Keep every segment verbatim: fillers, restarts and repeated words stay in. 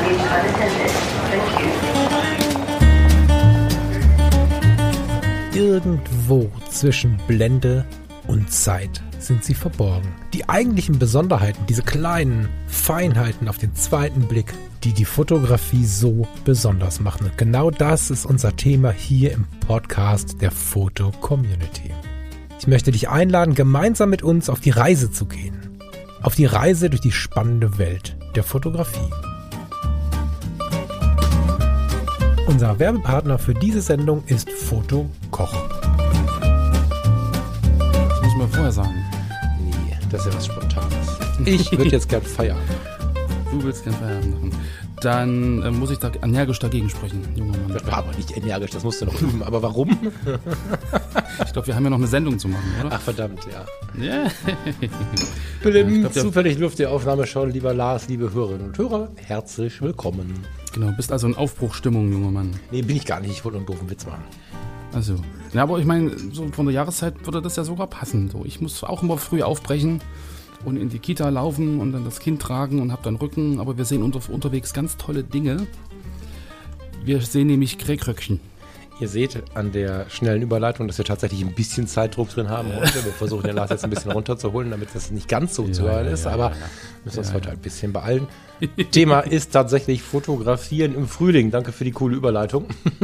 being unattended. Thank you. Irgendwo zwischen Blende und Zeit sind sie verborgen. Die eigentlichen Besonderheiten, diese kleinen Feinheiten auf den zweiten Blick, die die Fotografie so besonders machen. Und genau das ist unser Thema hier im Podcast der Foto-Community. Ich möchte dich einladen, gemeinsam mit uns auf die Reise zu gehen. Auf die Reise durch die spannende Welt der Fotografie. Unser Werbepartner für diese Sendung ist Foto Koch. Das muss man vorher sagen. Nee, das ist ja was Spontanes. Ich würde jetzt gern feiern. Du willst gern Feierabend machen. Dann äh, muss ich da energisch dagegen sprechen, junger Mann. Aber nicht energisch, das musst du noch üben. Aber warum? Ich glaube, wir haben ja noch eine Sendung zu machen, oder? Ach verdammt, ja. Ja. Blim, glaub, zufällig Luft die Aufnahme schon, lieber Lars, liebe Hörerinnen und Hörer. Herzlich willkommen. Genau, bist also in Aufbruchstimmung, junger Mann. Nee, bin ich gar nicht. Ich wollte nur einen doofen Witz machen. Also, ja, aber ich meine, so von der Jahreszeit würde das ja sogar passen. So, ich muss auch immer früh aufbrechen und in die Kita laufen und dann das Kind tragen und habe dann Rücken. Aber wir sehen unter, unterwegs ganz tolle Dinge. Wir sehen nämlich Kräkröckchen. Ihr seht an der schnellen Überleitung, dass wir tatsächlich ein bisschen Zeitdruck drin haben heute. Wir versuchen den Lars jetzt ein bisschen runterzuholen, damit das nicht ganz so Ja, zu hören ja, ist. ja, aber ja, ja. müssen uns Ja, heute ja. ein bisschen beeilen. Thema ist tatsächlich Fotografieren im Frühling. Danke für die coole Überleitung.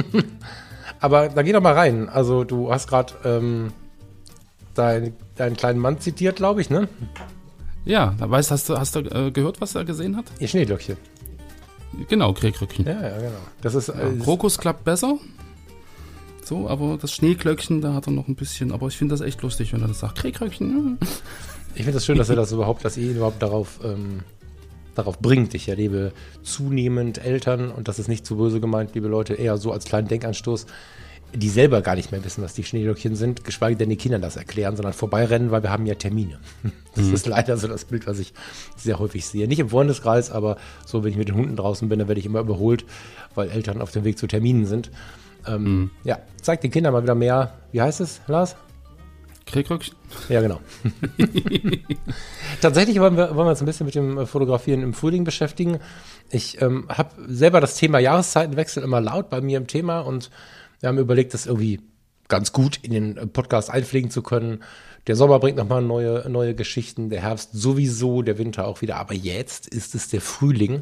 Aber da geh doch mal rein. Also du hast gerade ähm, dein, deinen kleinen Mann zitiert, glaube ich, ne? Ja, da weißt, hast du, hast du äh, gehört, was er gesehen hat? Ihr Schneeglöckchen. Genau, Kräkröckchen. Ja, ja, genau. Das ist, Ja, äh, Krokus klappt besser. So, aber das Schneeglöckchen, da hat er noch ein bisschen. Aber ich finde das echt lustig, wenn er das sagt. Kräkröckchen. Ja. ich finde das schön, dass er das überhaupt, dass ihr ihn überhaupt darauf, ähm, darauf bringt. Ich erlebe zunehmend Eltern, und das ist nicht zu böse gemeint, liebe Leute, eher so als kleinen Denkanstoß, die selber gar nicht mehr wissen, was die Schneeglöckchen sind, geschweige denn den Kindern das erklären, sondern vorbeirennen, weil wir haben ja Termine. Das mhm. ist leider so das Bild, was ich sehr häufig sehe. Nicht im Freundeskreis, aber so, wenn ich mit den Hunden draußen bin, dann werde ich immer überholt, weil Eltern auf dem Weg zu Terminen sind. Ähm, mhm. Ja, zeigt den Kindern mal wieder mehr. Wie heißt es, Lars? Kräkröckchen? Ja, genau. Tatsächlich wollen wir, wollen wir uns ein bisschen mit dem Fotografieren im Frühling beschäftigen. Ich ähm, habe selber das Thema Jahreszeitenwechsel immer laut bei mir im Thema und wir haben überlegt, das irgendwie ganz gut in den Podcast einpflegen zu können. Der Sommer bringt nochmal neue, neue Geschichten, der Herbst sowieso, der Winter auch wieder. Aber jetzt ist es der Frühling.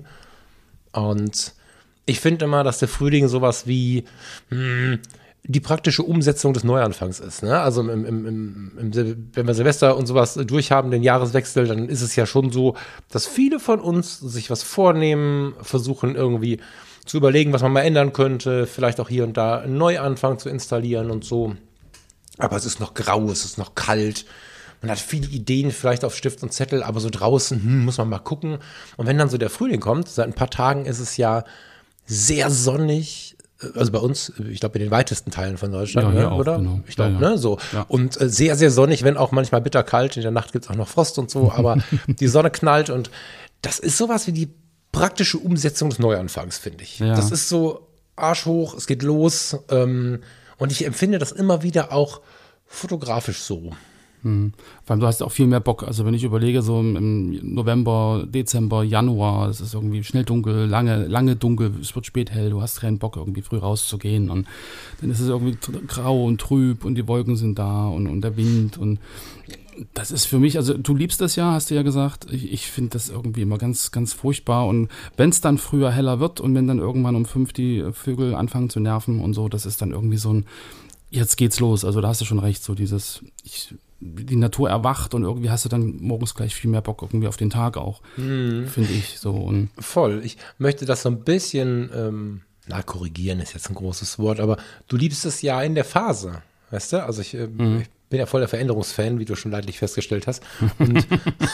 Und ich finde immer, dass der Frühling sowas wie mh, die praktische Umsetzung des Neuanfangs ist. Ne? Also im, im, im, im, wenn wir Silvester und sowas durchhaben, den Jahreswechsel, dann ist es ja schon so, dass viele von uns sich was vornehmen, versuchen irgendwie zu überlegen, was man mal ändern könnte, vielleicht auch hier und da einen Neuanfang zu installieren und so. Aber es ist noch grau, es ist noch kalt. Man hat viele Ideen vielleicht auf Stift und Zettel, aber so draußen hm, muss man mal gucken. Und wenn dann so der Frühling kommt, seit ein paar Tagen ist es ja sehr sonnig, also bei uns, ich glaube in den weitesten Teilen von Deutschland, Ja, hier ne, auch, oder? genau. Ich glaube, Ja, ja. ne, so. Ja. Und äh, sehr, sehr sonnig, wenn auch manchmal bitterkalt. In der Nacht gibt es auch noch Frost und so, aber die Sonne knallt und das ist sowas wie die praktische Umsetzung des Neuanfangs, finde ich. Ja. Das ist so Arsch hoch, es geht los ähm, und ich empfinde das immer wieder auch fotografisch so. Mhm. Vor allem, du hast auch viel mehr Bock. Also wenn ich überlege, so im November, Dezember, Januar, es ist irgendwie schnell dunkel, lange, lange dunkel, es wird spät hell, du hast keinen Bock, irgendwie früh rauszugehen und dann ist es irgendwie grau und trüb und die Wolken sind da und, und der Wind und das ist für mich, also du liebst das ja, hast du ja gesagt, ich, ich finde das irgendwie immer ganz, ganz furchtbar und wenn es dann früher heller wird und wenn dann irgendwann um fünf die Vögel anfangen zu nerven und so, das ist dann irgendwie so ein, jetzt geht's los, also da hast du schon recht, so dieses, ich, die Natur erwacht und irgendwie hast du dann morgens gleich viel mehr Bock irgendwie auf den Tag auch, mhm. finde ich so. Und voll, ich möchte das so ein bisschen, ähm, na korrigieren ist jetzt ein großes Wort, aber du liebst es ja in der Phase, weißt du, also ich, äh, mhm. ich bin ja voll der Veränderungsfan, wie du schon leidlich festgestellt hast. Und,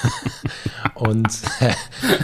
und äh,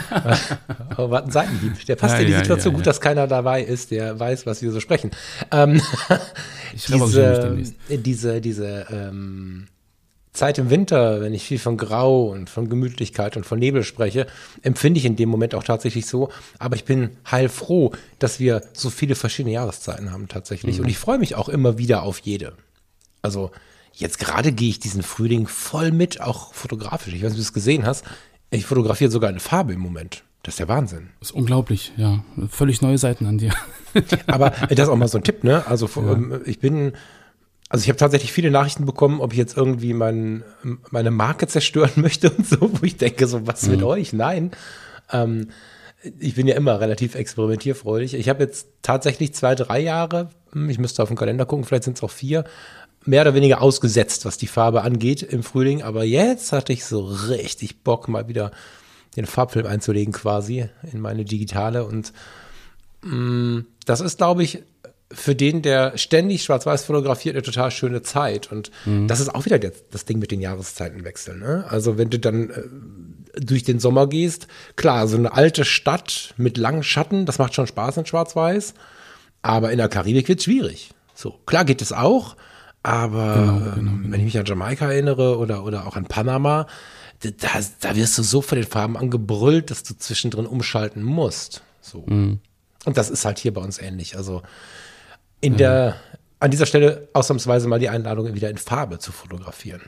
oh, was ein Seitenhieb. Der passt ja, in die ja, Situation ja, gut, ja. dass keiner dabei ist, der weiß, was wir so sprechen. Ähm, ich diese, diese, diese ähm, Zeit im Winter, wenn ich viel von Grau und von Gemütlichkeit und von Nebel spreche, empfinde ich in dem Moment auch tatsächlich so. Aber ich bin heilfroh, dass wir so viele verschiedene Jahreszeiten haben tatsächlich. Mhm. Und ich freue mich auch immer wieder auf jede. Also jetzt gerade gehe ich diesen Frühling voll mit, auch fotografisch. Ich weiß nicht, ob du es gesehen hast. Ich fotografiere sogar eine Farbe im Moment, Das ist der Wahnsinn. Das ist unglaublich, ja. Völlig neue Seiten an dir. Aber das ist auch mal so ein Tipp, ne? Also Ja. ähm, ich bin, also ich habe tatsächlich viele Nachrichten bekommen, ob ich jetzt irgendwie mein, meine Marke zerstören möchte und so, wo ich denke, so was mit euch? Nein. Ähm, ich bin ja immer relativ experimentierfreudig. Ich habe jetzt tatsächlich zwei, drei Jahre, ich müsste auf den Kalender gucken, vielleicht sind es auch vier, mehr oder weniger ausgesetzt, was die Farbe angeht im Frühling. Aber jetzt hatte ich so richtig Bock, mal wieder den Farbfilm einzulegen quasi in meine digitale. Und mh, das ist, glaube ich, für den, der ständig schwarz-weiß fotografiert, eine total schöne Zeit. Und mhm. das ist auch wieder der, das Ding mit den Jahreszeitenwechseln. Ne? Also wenn du dann äh, durch den Sommer gehst, klar, so eine alte Stadt mit langen Schatten, das macht schon Spaß in schwarz-weiß. Aber in der Karibik wird es schwierig. So, klar geht es auch, aber Genau, ähm, genau, genau. wenn ich mich an Jamaika erinnere oder, oder auch an Panama, da, da wirst du so von den Farben angebrüllt, dass du zwischendrin umschalten musst. So. Mhm. Und das ist halt hier bei uns ähnlich. Also in der, an dieser Stelle ausnahmsweise mal die Einladung, wieder in Farbe zu fotografieren.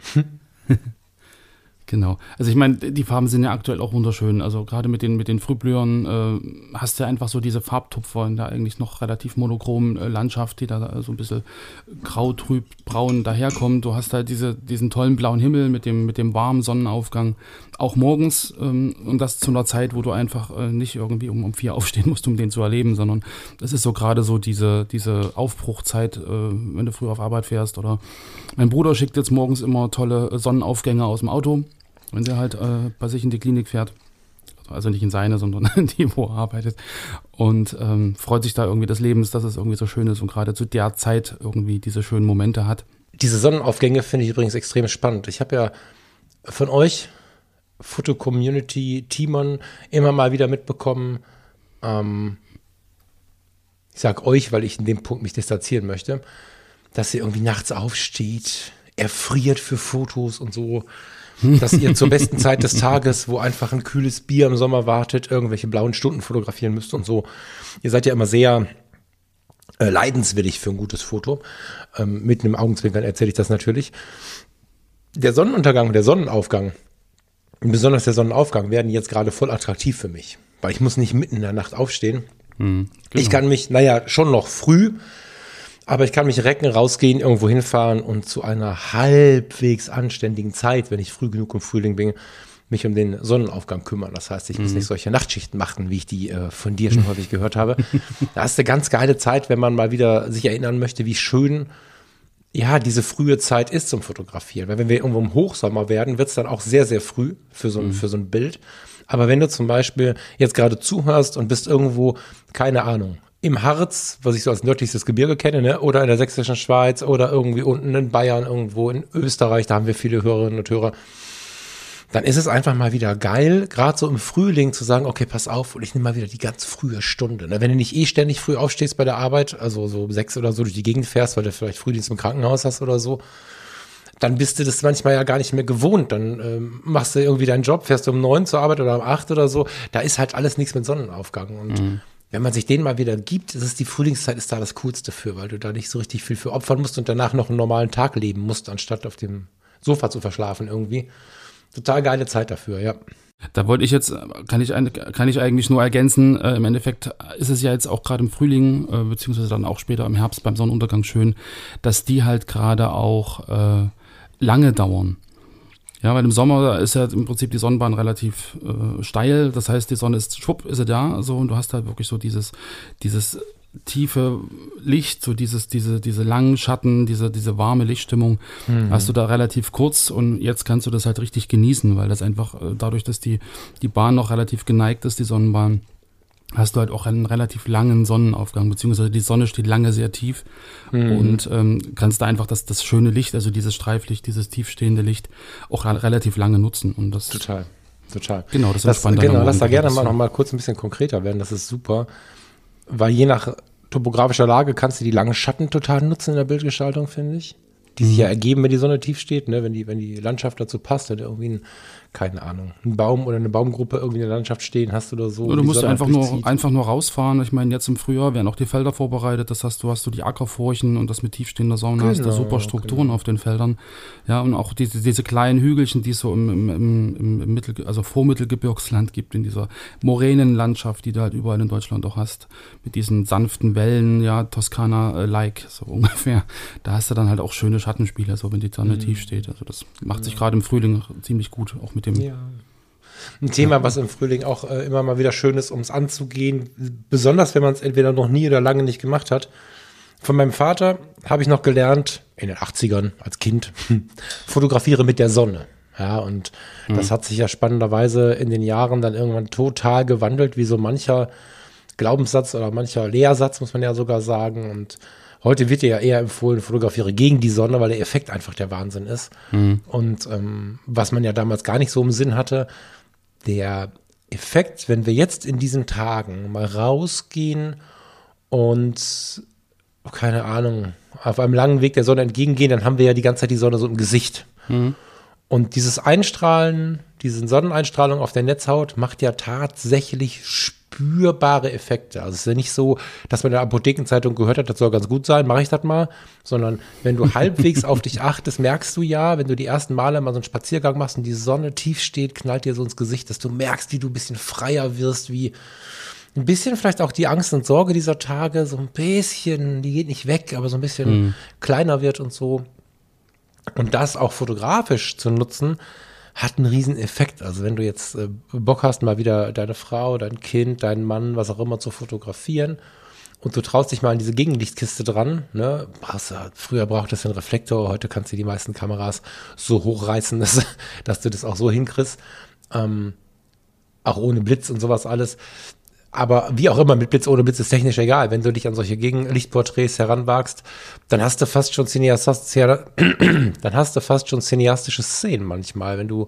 Genau. Also ich meine, die Farben sind ja aktuell auch wunderschön. Also gerade mit den, mit den Frühblühern äh, hast du ja einfach so diese Farbtupfer in der eigentlich noch relativ monochromen äh, Landschaft, die da so ein bisschen grau, trüb, braun daherkommt. Du hast halt diese, diesen tollen blauen Himmel mit dem, mit dem warmen Sonnenaufgang. Auch morgens ähm, und das zu einer Zeit, wo du einfach äh, nicht irgendwie um, um vier aufstehen musst, um den zu erleben, sondern das ist so gerade so diese, diese Aufbruchzeit, äh, wenn du früh auf Arbeit fährst. Oder mein Bruder schickt jetzt morgens immer tolle Sonnenaufgänge aus dem Auto, wenn der halt äh, bei sich in die Klinik fährt. Also nicht in seine, sondern in die, wo er arbeitet. Und ähm, freut sich da irgendwie des Lebens, dass es irgendwie so schön ist und gerade zu der Zeit irgendwie diese schönen Momente hat. Diese Sonnenaufgänge finde ich übrigens extrem spannend. Ich habe ja von euch, Foto-Community-Teamern, immer mal wieder mitbekommen, ähm, ich sage euch, weil ich in dem Punkt mich distanzieren möchte, dass ihr irgendwie nachts aufsteht, erfriert für Fotos und so, dass ihr zur besten Zeit des Tages, wo einfach ein kühles Bier im Sommer wartet, irgendwelche blauen Stunden fotografieren müsst und so. Ihr seid ja immer sehr äh, leidenswillig für ein gutes Foto. Ähm, mit einem Augenzwinkern erzähle ich das natürlich. Der Sonnenuntergang und der Sonnenaufgang, und besonders der Sonnenaufgang, werden jetzt gerade voll attraktiv für mich, weil ich muss nicht mitten in der Nacht aufstehen. Mhm, genau. Ich kann mich, naja, schon noch früh, aber ich kann mich recken, rausgehen, irgendwo hinfahren und zu einer halbwegs anständigen Zeit, wenn ich früh genug im Frühling bin, mich um den Sonnenaufgang kümmern. Das heißt, ich muss Mhm. nicht solche Nachtschichten machen, wie ich die äh, von dir schon häufig gehört habe. Da ist eine ganz geile Zeit, wenn man mal wieder sich erinnern möchte, wie schön ja diese frühe Zeit ist zum Fotografieren. Weil wenn wir irgendwo im Hochsommer werden, wird es dann auch sehr, sehr früh für so ein, mhm. für so ein Bild. Aber wenn du zum Beispiel jetzt gerade zuhörst und bist irgendwo, keine Ahnung, im Harz, was ich so als nördlichstes Gebirge kenne, ne? Oder in der sächsischen Schweiz oder irgendwie unten in Bayern, irgendwo in Österreich, da haben wir viele Hörerinnen und Hörer, dann ist es einfach mal wieder geil, gerade so im Frühling zu sagen, okay, pass auf, und ich nehme mal wieder die ganz frühe Stunde. Ne? Wenn du nicht eh ständig früh aufstehst bei der Arbeit, also so um sechs oder so durch die Gegend fährst, weil du vielleicht Frühdienst im Krankenhaus hast oder so, dann bist du das manchmal ja gar nicht mehr gewohnt. Dann ähm, machst du irgendwie deinen Job, fährst du um neun zur Arbeit oder um acht oder so. Da ist halt alles nichts mit Sonnenaufgang. Und mhm. wenn man sich den mal wieder gibt, ist es die Frühlingszeit, ist da das Coolste für, weil du da nicht so richtig viel für opfern musst und danach noch einen normalen Tag leben musst, anstatt auf dem Sofa zu verschlafen irgendwie. Total geile Zeit dafür, ja. Da wollte ich jetzt, kann ich, kann ich eigentlich nur ergänzen, äh, im Endeffekt ist es ja jetzt auch gerade im Frühling, äh, beziehungsweise dann auch später im Herbst beim Sonnenuntergang schön, dass die halt gerade auch äh, lange dauern. Ja, weil im Sommer ist ja im Prinzip die Sonnenbahn relativ äh, steil, das heißt, die Sonne ist, schwupp, ist sie da, so, und du hast halt wirklich so dieses, dieses tiefe Licht, so dieses, diese, diese langen Schatten, diese, diese warme Lichtstimmung, mhm. hast du da relativ kurz, und jetzt kannst du das halt richtig genießen, weil das einfach, äh, dadurch, dass die, die Bahn noch relativ geneigt ist, die Sonnenbahn, hast du halt auch einen relativ langen Sonnenaufgang, beziehungsweise die Sonne steht lange sehr tief mhm. und ähm, kannst da einfach das, das schöne Licht, also dieses Streiflicht, dieses tiefstehende Licht auch ra- relativ lange nutzen. Und das total, total. Genau, das, das ist spannend. Genau, lass da gerne mal noch mal kurz ein bisschen konkreter werden, das ist super, weil je nach topografischer Lage kannst du die langen Schatten total nutzen in der Bildgestaltung, finde ich. Die sich ja ergeben, wenn die Sonne tief steht, ne? wenn die, wenn die Landschaft dazu passt, wenn du irgendwie einen keine Ahnung, einen Baum oder eine Baumgruppe irgendwie in der Landschaft stehen hast oder so. Oder du musst einfach nur, einfach nur rausfahren. Ich meine, jetzt im Frühjahr werden auch die Felder vorbereitet. Das heißt, du hast du die Ackerfurchen und das mit tiefstehender Sonne, genau, hast du super Strukturen genau. auf den Feldern. Ja, und auch diese, diese kleinen Hügelchen, die es so im, im, im, im Mittel, also Vormittelgebirgsland gibt, in dieser Moränenlandschaft, die du halt überall in Deutschland auch hast, mit diesen sanften Wellen, ja, Toskana-like, so ungefähr. Da hast du dann halt auch schöne Schattenspiele, so wenn die Sonne mhm. tief steht. Also das macht sich gerade im Frühling ziemlich gut, auch mit dem. Ja. Ein Thema, ja. was im Frühling auch äh, immer mal wieder schön ist, um es anzugehen, besonders wenn man es entweder noch nie oder lange nicht gemacht hat. Von meinem Vater habe ich noch gelernt, in den achtzigern als Kind, fotografiere mit der Sonne. Ja, und mhm. das hat sich ja spannenderweise in den Jahren dann irgendwann total gewandelt, wie so mancher Glaubenssatz oder mancher Lehrsatz, muss man ja sogar sagen. Und heute wird dir ja eher empfohlen, fotografiere gegen die Sonne, weil der Effekt einfach der Wahnsinn ist. Mhm. Und ähm, was man ja damals gar nicht so im Sinn hatte, der Effekt, wenn wir jetzt in diesen Tagen mal rausgehen und, keine Ahnung, auf einem langen Weg der Sonne entgegengehen, dann haben wir ja die ganze Zeit die Sonne so im Gesicht. Mhm. Und dieses Einstrahlen, diese Sonneneinstrahlung auf der Netzhaut macht ja tatsächlich spürbare Effekte. Also es ist ja nicht so, dass man in der Apothekenzeitung gehört hat, das soll ganz gut sein, mache ich das mal, sondern wenn du halbwegs auf dich achtest, merkst du ja, wenn du die ersten Male mal so einen Spaziergang machst und die Sonne tief steht, knallt dir so ins Gesicht, dass du merkst, wie du ein bisschen freier wirst, wie ein bisschen vielleicht auch die Angst und Sorge dieser Tage so ein bisschen, die geht nicht weg, aber so ein bisschen mhm. kleiner wird und so. Und das auch fotografisch zu nutzen, hat einen riesen Effekt. Also wenn du jetzt äh, Bock hast, mal wieder deine Frau, dein Kind, deinen Mann, was auch immer zu fotografieren und du traust dich mal an diese Gegenlichtkiste dran, ne? Früher brauchtest du einen Reflektor, heute kannst du die meisten Kameras so hochreißen, dass, dass du das auch so hinkriegst. Ähm, auch ohne Blitz und sowas alles. Aber wie auch immer, mit Blitz, ohne Blitz ist technisch egal. Wenn du dich an solche Gegenlichtporträts heranwagst, dann hast du fast schon cineastische, dann hast du fast schon cineastische Szenen manchmal. Wenn du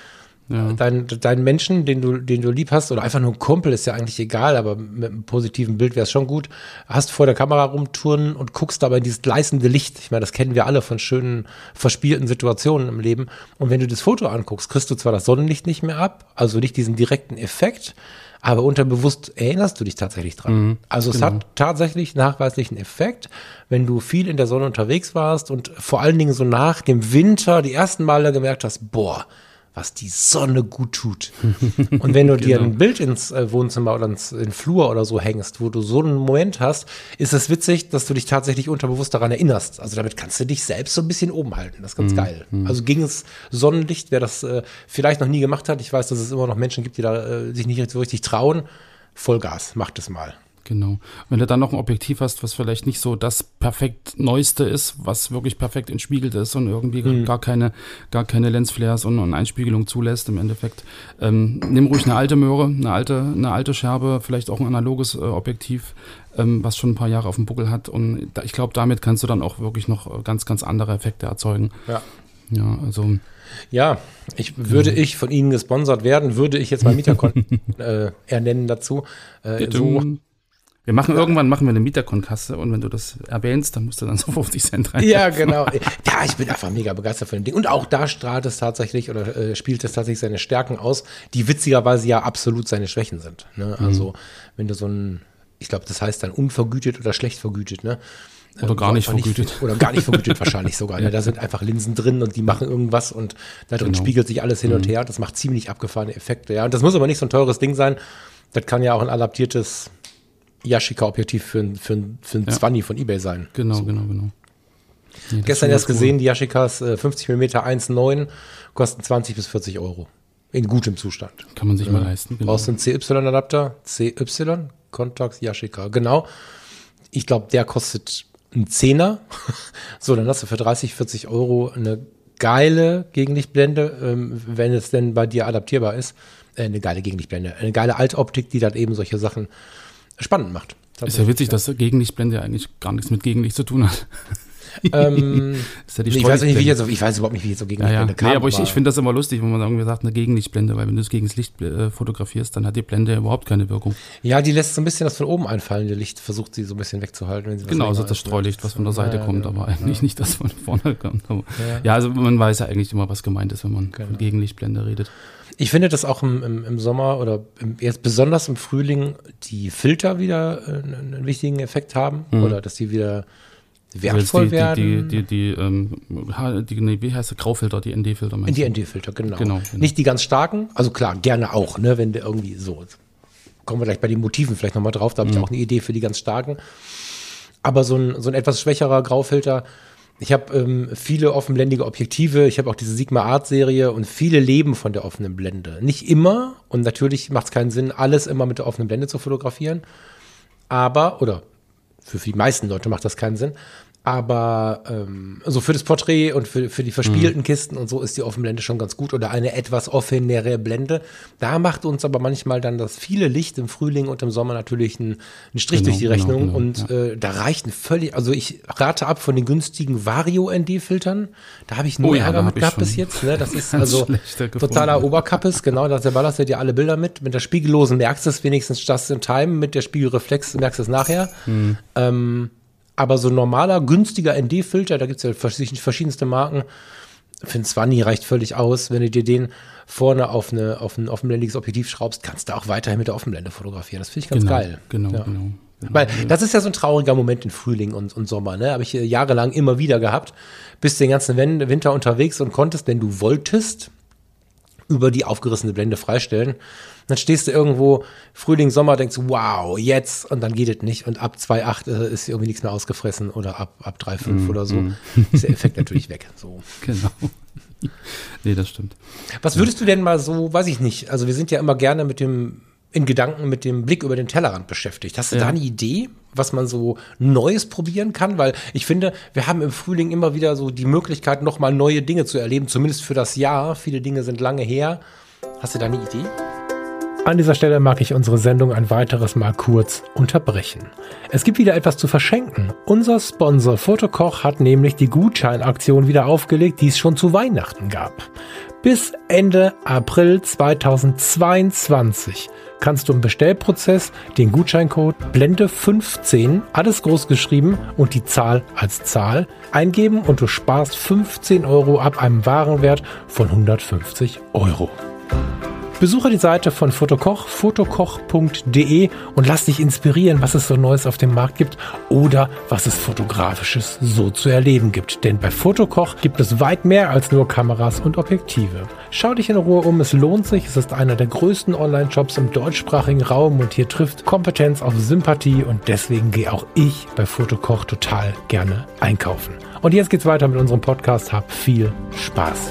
ja. deinen, deinen Menschen, den du, den du lieb hast, oder einfach nur ein Kumpel, ist ja eigentlich egal, aber mit einem positiven Bild wäre es schon gut, hast vor der Kamera rumturnen und guckst dabei in dieses gleißende Licht. Ich meine, das kennen wir alle von schönen, verspielten Situationen im Leben. Und wenn du das Foto anguckst, kriegst du zwar das Sonnenlicht nicht mehr ab, also nicht diesen direkten Effekt, aber unterbewusst erinnerst du dich tatsächlich dran. Mhm, also es genau. hat tatsächlich nachweislich einen Effekt, wenn du viel in der Sonne unterwegs warst und vor allen Dingen so nach dem Winter die ersten Male gemerkt hast, boah, was die Sonne gut tut. Und wenn du genau. dir ein Bild ins äh, Wohnzimmer oder ins in den Flur oder so hängst, wo du so einen Moment hast, ist es witzig, dass du dich tatsächlich unterbewusst daran erinnerst. Also damit kannst du dich selbst so ein bisschen oben halten. Das ist ganz mhm. geil. Also gegen das Sonnenlicht, wer das äh, vielleicht noch nie gemacht hat, ich weiß, dass es immer noch Menschen gibt, die da äh, sich nicht so richtig trauen, Vollgas, macht es mal. Genau. Wenn du dann noch ein Objektiv hast, was vielleicht nicht so das perfekt Neueste ist, was wirklich perfekt entspiegelt ist und irgendwie mhm. gar keine, gar keine Lensflares und, und Einspiegelung zulässt im Endeffekt, ähm, nimm ruhig eine alte Möhre, eine alte, eine alte Scherbe, vielleicht auch ein analoges äh, Objektiv, ähm, was schon ein paar Jahre auf dem Buckel hat, und da, ich glaube, damit kannst du dann auch wirklich noch ganz, ganz andere Effekte erzeugen. Ja. Ja, also. Ja, ich würde genau. ich von Ihnen gesponsert werden, würde ich jetzt mal Mieterkonten äh, ernennen dazu. Äh, so Wir machen ja. irgendwann machen wir eine Mieterkonkasse, und wenn du das erwähnst, dann musst du dann so fünfzig Cent rein. Ja, genau. Ja, ich bin einfach mega begeistert von dem Ding. Und auch da strahlt es tatsächlich oder äh, spielt es tatsächlich seine Stärken aus, die witzigerweise ja absolut seine Schwächen sind. Ne? Also, mhm. wenn du so ein, ich glaube, das heißt dann unvergütet oder schlecht vergütet, ne? Oder gar nicht vergütet. Nicht, oder gar nicht vergütet wahrscheinlich sogar. Ja. Ne? Da sind einfach Linsen drin und die machen irgendwas und da drin genau. spiegelt sich alles hin und her. Das macht ziemlich abgefahrene Effekte. Ja, und das muss aber nicht so ein teures Ding sein. Das kann ja auch ein adaptiertes Yashica-Objektiv für ein, für ein, für ein ja. zwanzig von eBay sein. Genau, so. genau, genau. Nee, Gestern erst gesehen, cool. Die Yashicas äh, fünfzig Millimeter eins Komma neun kosten zwanzig bis vierzig Euro. In gutem Zustand. Kann man sich ja. mal leisten. Genau. Brauchst du einen C Y-Adapter? C Y? Contax Yashica. Genau. Ich glaube, der kostet einen Zehner. So, dann hast du für dreißig, vierzig Euro eine geile Gegenlichtblende, ähm, wenn es denn bei dir adaptierbar ist. Äh, eine geile Gegenlichtblende. Eine geile Altoptik, die dann eben solche Sachen spannend macht. Ist ja witzig, dass Gegenlichtblende eigentlich gar nichts mit Gegenlicht zu tun hat. ähm, ist ja die nee, ich, weiß nicht, wie ich, Streulichtblende. jetzt, ich weiß überhaupt nicht, wie ich jetzt so gegen Ja, die ja. Blende kam. Nee, aber ich, ich finde das immer lustig, wenn man irgendwie sagt, eine Gegenlichtblende, weil wenn du es gegen das Licht äh, fotografierst, dann hat die Blende ja überhaupt keine Wirkung. Ja, die lässt so ein bisschen das von oben einfallende Licht, versucht sie so ein bisschen wegzuhalten. Wenn sie was Genau, so länger das ist, ne? Streulicht, was von der Seite Ja, kommt, genau. aber eigentlich Ja. nicht das von vorne kommt. Aber Ja. ja, also man weiß ja eigentlich immer, was gemeint ist, wenn man Genau. von Gegenlichtblende redet. Ich finde, dass auch im, im, im Sommer oder im, jetzt besonders im Frühling die Filter wieder äh, einen, einen wichtigen Effekt haben Mhm. oder dass die wieder Also wertvoll jetzt die, werden. Die, die, die, die, ähm, ha- die, nee, wie heißt der Graufilter, die N D-Filter meinst In die du? N D-Filter, genau. Genau, genau. Nicht die ganz starken, also klar, gerne auch, ne, wenn der irgendwie so, kommen wir gleich bei den Motiven vielleicht nochmal drauf, da habe ich Mhm. auch eine Idee für die ganz starken. Aber so ein, so ein etwas schwächerer Graufilter, ich habe ähm, viele offenblendige Objektive, ich habe auch diese Sigma Art Serie und viele leben von der offenen Blende. Nicht immer und natürlich macht es keinen Sinn, alles immer mit der offenen Blende zu fotografieren, aber, oder für die meisten Leute macht das keinen Sinn, aber ähm, also für das Porträt und für, für die verspielten Kisten und so ist die Offenblende schon ganz gut oder eine etwas offenere Blende. Da macht uns aber manchmal dann das viele Licht im Frühling und im Sommer natürlich einen, einen Strich Genau, durch die genau, Rechnung genau, und ja. äh, da reicht ein völlig, also ich rate ab von den günstigen Vario-N D-Filtern, da habe ich nur Oh ja, Ärger da mit hab ich gehabt schon bis jetzt, ne? Das ist ganz also schlechte gefunden. totaler Oberkappes, genau, da ballerst du dir alle Bilder mit, mit der spiegellosen merkst du es wenigstens just in time, mit der Spiegelreflex merkst du es nachher. Hm. Ähm, aber so ein normaler, günstiger N D-Filter, da gibt es ja vers- verschiedenste Marken, für ein zwanzig reicht völlig aus. Wenn du dir den vorne auf, eine, auf ein offenblendiges Objektiv schraubst, kannst du auch weiterhin mit der Offenblende fotografieren. Das finde ich ganz Genau, geil. genau, Ja. genau, genau. Weil das ist ja so ein trauriger Moment in Frühling und, und Sommer, ne? Habe ich äh, jahrelang immer wieder gehabt. Bist den ganzen Wen- Winter unterwegs und konntest, wenn du wolltest, über die aufgerissene Blende freistellen. Dann stehst du irgendwo Frühling, Sommer, denkst, wow, jetzt, und dann geht es nicht. Und ab zwei Komma acht äh, ist irgendwie nichts mehr ausgefressen oder ab, ab drei Komma fünf oder so. Ist der Effekt natürlich weg. So. Genau. Nee, das stimmt. Was würdest du denn mal so, weiß ich nicht, also wir sind ja immer gerne mit dem, in Gedanken mit dem Blick über den Tellerrand beschäftigt. Hast du Ja. da eine Idee, was man so Neues probieren kann? Weil ich finde, wir haben im Frühling immer wieder so die Möglichkeit, nochmal neue Dinge zu erleben, zumindest für das Jahr. Viele Dinge sind lange her. Hast du da eine Idee? An dieser Stelle mag ich unsere Sendung ein weiteres Mal kurz unterbrechen. Es gibt wieder etwas zu verschenken. Unser Sponsor Fotokoch hat nämlich die Gutscheinaktion wieder aufgelegt, die es schon zu Weihnachten gab. Bis Ende April zweitausendzweiundzwanzig kannst du im Bestellprozess den Gutscheincode Blende fünfzehn, alles groß geschrieben und die Zahl als Zahl, eingeben und du sparst fünfzehn Euro ab einem Warenwert von hundertfünfzig Euro. Besuche die Seite von Fotokoch, fotokoch punkt de und lass dich inspirieren, was es so Neues auf dem Markt gibt oder was es Fotografisches so zu erleben gibt. Denn bei Fotokoch gibt es weit mehr als nur Kameras und Objektive. Schau dich in Ruhe um, es lohnt sich. Es ist einer der größten Online-Shops im deutschsprachigen Raum und hier trifft Kompetenz auf Sympathie und deswegen gehe auch ich bei Fotokoch total gerne einkaufen. Und jetzt geht's weiter mit unserem Podcast. Hab viel Spaß.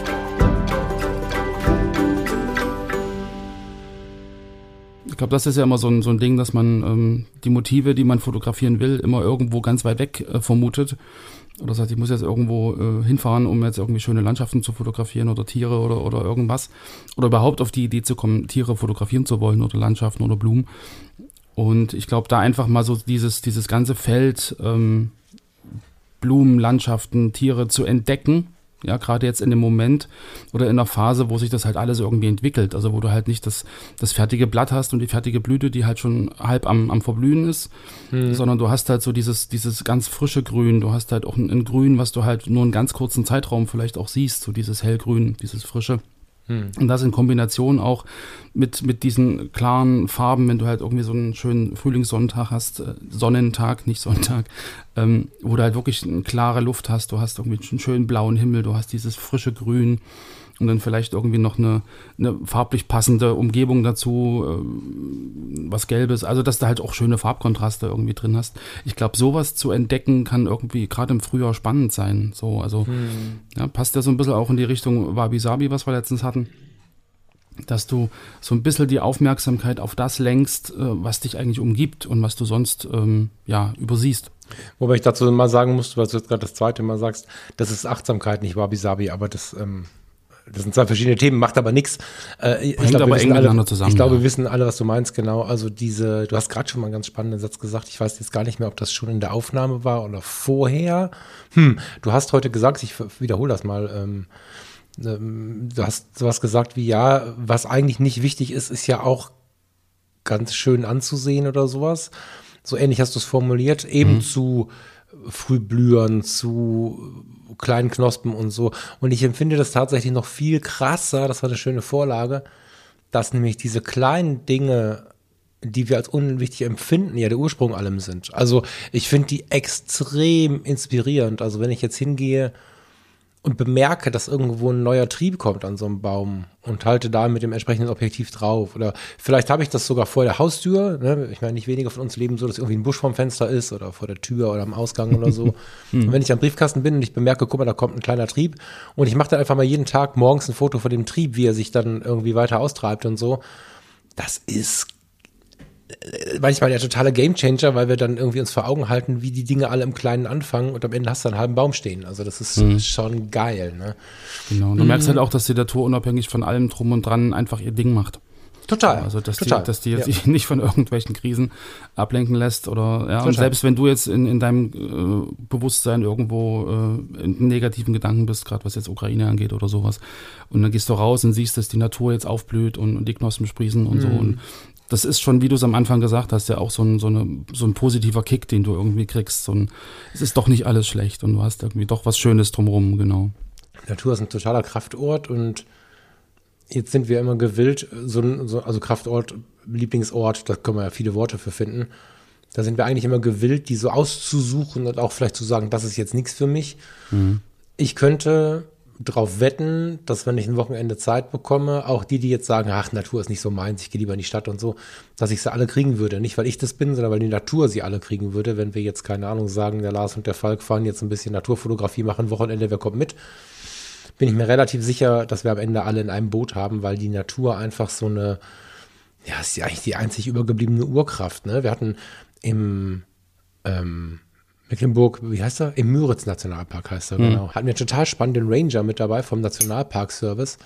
Ich glaube, das ist ja immer so ein, so ein Ding, dass man ähm, die Motive, die man fotografieren will, immer irgendwo ganz weit weg äh, vermutet. Oder sagt, ich muss jetzt irgendwo äh, hinfahren, um jetzt irgendwie schöne Landschaften zu fotografieren oder Tiere oder, oder irgendwas. Oder überhaupt auf die Idee zu kommen, Tiere fotografieren zu wollen oder Landschaften oder Blumen. Und ich glaube, da einfach mal so dieses, dieses ganze Feld ähm, Blumen, Landschaften, Tiere zu entdecken. Ja, gerade jetzt in dem Moment oder in der Phase, wo sich das halt alles irgendwie entwickelt. Also wo du halt nicht das, das fertige Blatt hast und die fertige Blüte, die halt schon halb am, am Verblühen ist, hm. sondern du hast halt so dieses, dieses ganz frische Grün. Du hast halt auch ein, ein Grün, was du halt nur einen ganz kurzen Zeitraum vielleicht auch siehst, so dieses hellgrün, dieses frische. Hm. Und das in Kombination auch mit, mit diesen klaren Farben, wenn du halt irgendwie so einen schönen Frühlingssonntag hast, äh, Sonnentag, nicht Sonntag, ähm, wo du halt wirklich eine klare Luft hast, du hast irgendwie einen schönen blauen Himmel, du hast dieses frische Grün und dann vielleicht irgendwie noch eine, eine farblich passende Umgebung dazu, äh, was Gelbes, also dass du halt auch schöne Farbkontraste irgendwie drin hast. Ich glaube, sowas zu entdecken kann irgendwie gerade im Frühjahr spannend sein. So, also hm. ja, passt ja so ein bisschen auch in die Richtung Wabi-Sabi, was wir letztens hatten, dass du so ein bisschen die Aufmerksamkeit auf das lenkst, äh, was dich eigentlich umgibt und was du sonst ähm, ja übersiehst. Wobei ich dazu mal sagen musste, weil du jetzt gerade das zweite Mal sagst, das ist Achtsamkeit, nicht Wabi-Sabi, aber das ähm das sind zwei verschiedene Themen, macht aber nichts. Äh, ich Hängt glaube, aber wir eng wissen alle, miteinander zusammen, ich glaube, ja. wir wissen alle, was du meinst, genau. Also diese, du hast gerade schon mal einen ganz spannenden Satz gesagt. Ich weiß jetzt gar nicht mehr, ob das schon in der Aufnahme war oder vorher. Hm, du hast heute gesagt, ich wiederhole das mal, ähm, ähm, du hast sowas gesagt wie, ja, was eigentlich nicht wichtig ist, ist ja auch ganz schön anzusehen oder sowas. So ähnlich hast du es formuliert, eben mhm. zu Frühblühern, zu kleinen Knospen und so. Und ich empfinde das tatsächlich noch viel krasser, das war eine schöne Vorlage, dass nämlich diese kleinen Dinge, die wir als unwichtig empfinden, ja der Ursprung allem sind. Also ich finde die extrem inspirierend. Also wenn ich jetzt hingehe und bemerke, dass irgendwo ein neuer Trieb kommt an so einem Baum und halte da mit dem entsprechenden Objektiv drauf. Oder vielleicht habe ich das sogar vor der Haustür. Ne? Ich meine, nicht wenige von uns leben so, dass irgendwie ein Busch vorm Fenster ist oder vor der Tür oder am Ausgang oder so. Und wenn ich am Briefkasten bin und ich bemerke, guck mal, da kommt ein kleiner Trieb und ich mache dann einfach mal jeden Tag morgens ein Foto von dem Trieb, wie er sich dann irgendwie weiter austreibt und so. Das ist manchmal der totale Gamechanger, weil wir dann irgendwie uns vor Augen halten, wie die Dinge alle im Kleinen anfangen und am Ende hast du einen halben Baum stehen. Also das ist mhm. schon geil. Ne? Genau, und du mhm. merkst halt auch, dass die Natur unabhängig von allem drum und dran einfach ihr Ding macht. Total. Also dass total. die, dass die jetzt ja. sich nicht von irgendwelchen Krisen ablenken lässt oder ja. Und selbst wenn du jetzt in, in deinem äh, Bewusstsein irgendwo äh, in negativen Gedanken bist, gerade was jetzt Ukraine angeht oder sowas, und dann gehst du raus und siehst, dass die Natur jetzt aufblüht und, und die Knospen sprießen und mhm. so. Und das ist schon, wie du es am Anfang gesagt hast, ja auch so ein, so, eine, so ein positiver Kick, den du irgendwie kriegst. So ein, es ist doch nicht alles schlecht und du hast irgendwie doch was Schönes drumherum, genau. Natur ist ein totaler Kraftort und jetzt sind wir immer gewillt, so, so, also Kraftort, Lieblingsort, da können wir ja viele Worte für finden. Da sind wir eigentlich immer gewillt, die so auszusuchen und auch vielleicht zu sagen, das ist jetzt nichts für mich. Mhm. Ich könnte drauf wetten, dass wenn ich ein Wochenende Zeit bekomme, auch die, die jetzt sagen, ach, Natur ist nicht so meins, ich gehe lieber in die Stadt und so, dass ich sie alle kriegen würde. Nicht, weil ich das bin, sondern weil die Natur sie alle kriegen würde. Wenn wir jetzt, keine Ahnung, sagen, der Lars und der Falk fahren jetzt ein bisschen Naturfotografie machen, Wochenende, wer kommt mit? Bin ich mir relativ sicher, dass wir am Ende alle in einem Boot haben, weil die Natur einfach so eine, ja, ist ja eigentlich die einzig übergebliebene Urkraft. Ne? Wir hatten im ähm, Mecklenburg, wie heißt er? Im Müritz-Nationalpark heißt er, mhm. genau. Hatten wir einen total spannenden Ranger mit dabei vom Nationalpark-Service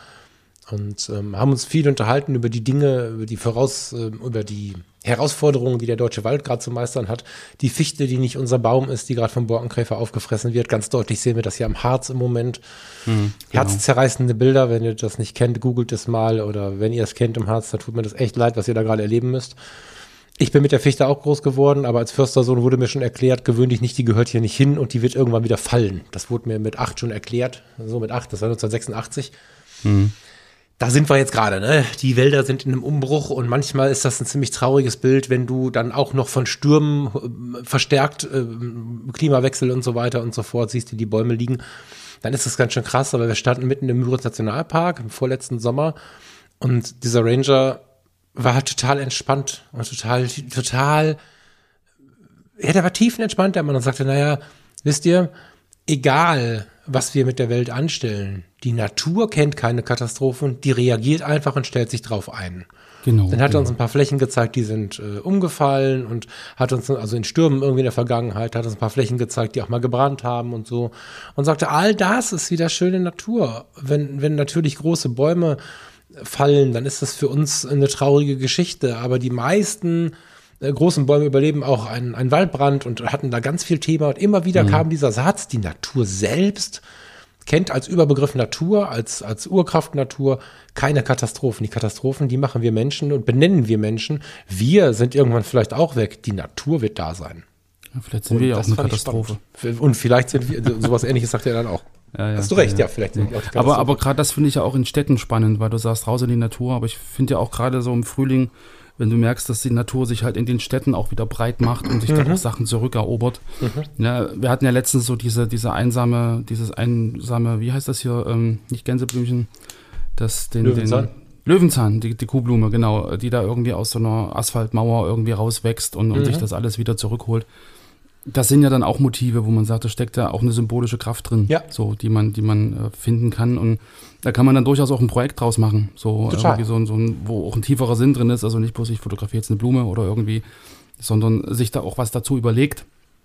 und ähm, haben uns viel unterhalten über die Dinge, über die Voraus, äh, über die Herausforderungen, die der deutsche Wald gerade zu meistern hat. Die Fichte, die nicht unser Baum ist, die gerade vom Borkenkäfer aufgefressen wird. Ganz deutlich sehen wir das hier am Harz im Moment. Mhm, genau. Herzzerreißende Bilder, wenn ihr das nicht kennt, googelt es mal oder wenn ihr es kennt im Harz, dann tut mir das echt leid, was ihr da gerade erleben müsst. Ich bin mit der Fichte auch groß geworden, aber als Förstersohn wurde mir schon erklärt, gewöhn dich nicht, die gehört hier nicht hin und die wird irgendwann wieder fallen. Das wurde mir mit acht schon erklärt, so mit acht, das war neunzehnhundertsechsundachtzig. Mhm. Da sind wir jetzt gerade, ne? Die Wälder sind in einem Umbruch und manchmal ist das ein ziemlich trauriges Bild, wenn du dann auch noch von Stürmen äh, verstärkt, äh, Klimawechsel und so weiter und so fort siehst, wie die Bäume liegen. Dann ist das ganz schön krass, aber wir standen mitten im Müritz-Nationalpark im vorletzten Sommer und dieser Ranger war halt total entspannt und total, total, ja, der war tiefenentspannt, der Mann, und sagte, naja, wisst ihr, egal, was wir mit der Welt anstellen, die Natur kennt keine Katastrophen, die reagiert einfach und stellt sich drauf ein. Genau. Dann hat er genau. uns ein paar Flächen gezeigt, die sind äh, umgefallen und hat uns, also in Stürmen irgendwie in der Vergangenheit, hat uns ein paar Flächen gezeigt, die auch mal gebrannt haben und so. Und sagte, all das ist wieder schöne Natur. Wenn, wenn natürlich große Bäume fallen, dann ist das für uns eine traurige Geschichte. Aber die meisten äh, großen Bäume überleben auch einen, einen Waldbrand und hatten da ganz viel Thema. Und immer wieder mhm. kam dieser Satz, die Natur selbst kennt als Überbegriff Natur, als, als Urkraft Natur keine Katastrophen. Die Katastrophen, die machen wir Menschen und benennen wir Menschen. Wir sind irgendwann vielleicht auch weg. Die Natur wird da sein. Ja, vielleicht sind und wir ja auch eine Katastrophe. Und vielleicht sind wir, sowas Ähnliches sagt er dann auch. Ja, ja, Hast du recht, ja, ja vielleicht. Ja. Aber, aber gerade das finde ich ja auch in Städten spannend, weil du sagst, raus in die Natur, aber ich finde ja auch gerade so im Frühling, wenn du merkst, dass die Natur sich halt in den Städten auch wieder breit macht und sich mhm. dann auch Sachen zurückerobert. Mhm. Ja, wir hatten ja letztens so diese, diese einsame, dieses einsame, wie heißt das hier, ähm, nicht Gänseblümchen, das den, Löwenzahn. den Löwenzahn, die, die Kuhblume, genau, die da irgendwie aus so einer Asphaltmauer irgendwie rauswächst und, und mhm. sich das alles wieder zurückholt. Das sind ja dann auch Motive, wo man sagt, da steckt ja auch eine symbolische Kraft drin, ja. so, die man, die man äh, finden kann. Und da kann man dann durchaus auch ein Projekt draus machen, so, irgendwie so, so ein, wo auch ein tieferer Sinn drin ist. Also nicht bloß, ich fotografiere jetzt eine Blume oder irgendwie, sondern sich da auch was dazu überlegt.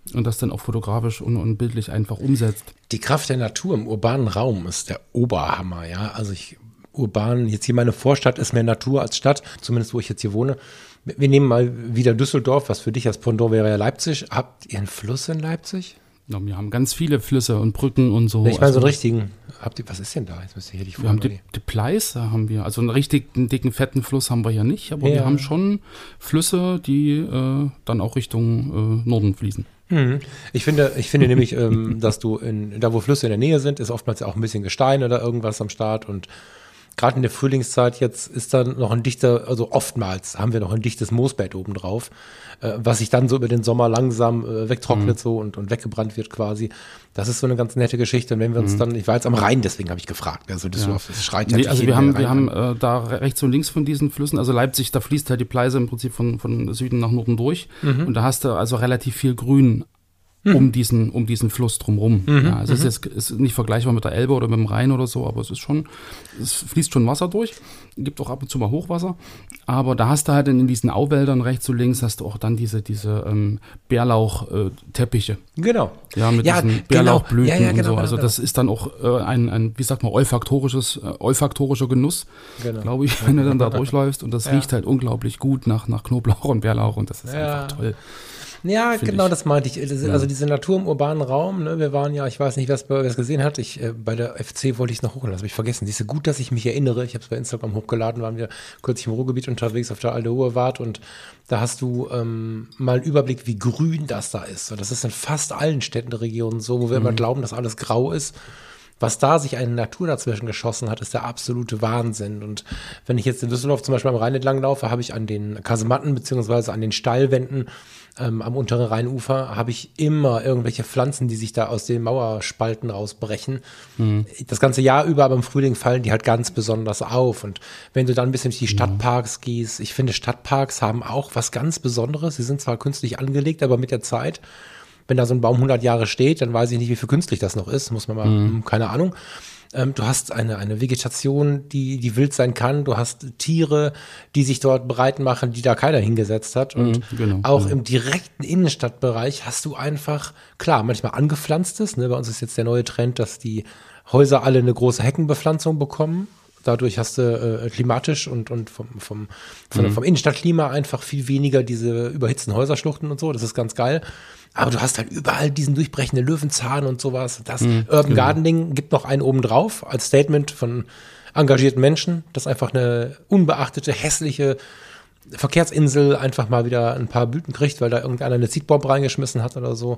und das dann auch fotografisch und, und bildlich einfach umsetzt. Die Kraft der Natur im urbanen Raum ist der Oberhammer, ja. Also ich, urban, jetzt hier meine Vorstadt ist mehr Natur als Stadt, zumindest wo ich jetzt hier wohne. Wir nehmen mal wieder Düsseldorf, was für dich als Pendant wäre ja Leipzig. Habt ihr einen Fluss in Leipzig? Ja, wir haben ganz viele Flüsse und Brücken und so. Ich meine so also, einen richtigen, habt ihr, was ist denn da? Jetzt müsst ihr hier die wir haben die, die Pleiss, da haben wir, also einen richtigen dicken, fetten Fluss haben wir ja nicht, aber Ja. wir haben schon Flüsse, die äh, dann auch Richtung äh, Norden fließen. Mhm. Ich finde, ich finde nämlich, ähm, dass du in, da wo Flüsse in der Nähe sind, ist oftmals auch ein bisschen Gestein oder irgendwas am Start und gerade in der Frühlingszeit jetzt ist da noch ein dichter, also oftmals haben wir noch ein dichtes Moosbett oben drauf, äh, was sich dann so über den Sommer langsam äh, wegtrocknet Mhm. so und, und weggebrannt wird quasi. Das ist so eine ganz nette Geschichte. Und wenn wir uns dann, ich war jetzt am Rhein, deswegen habe ich gefragt. Also Düsseldorf, das schreit ja Nee, nicht also jeden wir haben, Rhein wir haben an. äh, da rechts und links von diesen Flüssen, also Leipzig, da fließt halt die Pleiße im Prinzip von, von Süden nach Norden durch und da hast du also relativ viel Grün um diesen, um diesen Fluss drumherum. Ja, also es ist, ist nicht vergleichbar mit der Elbe oder mit dem Rhein oder so, aber es ist schon, es fließt schon Wasser durch, gibt auch ab und zu mal Hochwasser, aber da hast du halt in diesen Auwäldern rechts und links hast du auch dann diese, diese ähm, Bärlauch-Teppiche. Genau. Ja, mit Ja, diesen genau. Bärlauchblüten Ja, ja, und genau, so. genau, Also genau. das ist dann auch äh, ein, ein, wie sagt man, olfaktorisches, äh, olfaktorischer Genuss, Genau. glaube ich, wenn du dann da durchläufst. Und das Ja. riecht halt unglaublich gut nach, nach Knoblauch und Bärlauch und das ist Ja. einfach toll. Ja, Find genau, ich. das meinte ich. Das, Ja. Also diese Natur im urbanen Raum, ne, wir waren ja, ich weiß nicht, wer es gesehen hat, ich, äh, bei der F C wollte ich es noch hochladen, das habe ich vergessen. Siehst du, gut, dass ich mich erinnere, ich habe es bei Instagram hochgeladen, waren wir kürzlich im Ruhrgebiet unterwegs auf der Alde Hohe Wart und da hast du ähm, mal einen Überblick, wie grün das da ist. Und das ist in fast allen Städten der Region so, wo wir immer glauben, dass alles grau ist. Was da sich eine Natur dazwischen geschossen hat, ist der absolute Wahnsinn. Und wenn ich jetzt in Düsseldorf zum Beispiel am Rhein entlang laufe, habe ich an den Kasematten beziehungsweise an den Steilwänden ähm, am unteren Rheinufer, habe ich immer irgendwelche Pflanzen, die sich da aus den Mauerspalten rausbrechen. Das ganze Jahr über, aber im Frühling fallen die halt ganz besonders auf. Und wenn du dann ein bisschen durch die Stadtparks gehst, ich finde, Stadtparks haben auch was ganz Besonderes. Sie sind zwar künstlich angelegt, aber mit der Zeit, wenn da so ein Baum hundert Jahre steht, dann weiß ich nicht, wie viel künstlich das noch ist, muss man mal, mhm. keine Ahnung. Ähm, du hast eine, eine Vegetation, die, die wild sein kann. Du hast Tiere, die sich dort breit machen, die da keiner hingesetzt hat. Und Mhm, genau, auch genau. im direkten Innenstadtbereich hast du einfach, klar, manchmal angepflanztes. Ne? Bei uns ist jetzt der neue Trend, dass die Häuser alle eine große Heckenbepflanzung bekommen. Dadurch hast du äh, klimatisch und, und vom, vom, von, Mhm. vom Innenstadtklima einfach viel weniger diese überhitzten Häuserschluchten und so. Das ist ganz geil. Aber du hast halt überall diesen durchbrechenden Löwenzahn und sowas. Das Urban genau. Gardening gibt noch einen oben drauf als Statement von engagierten Menschen, dass einfach eine unbeachtete, hässliche Verkehrsinsel einfach mal wieder ein paar Blüten kriegt, weil da irgendeiner eine Seedbomb reingeschmissen hat oder so.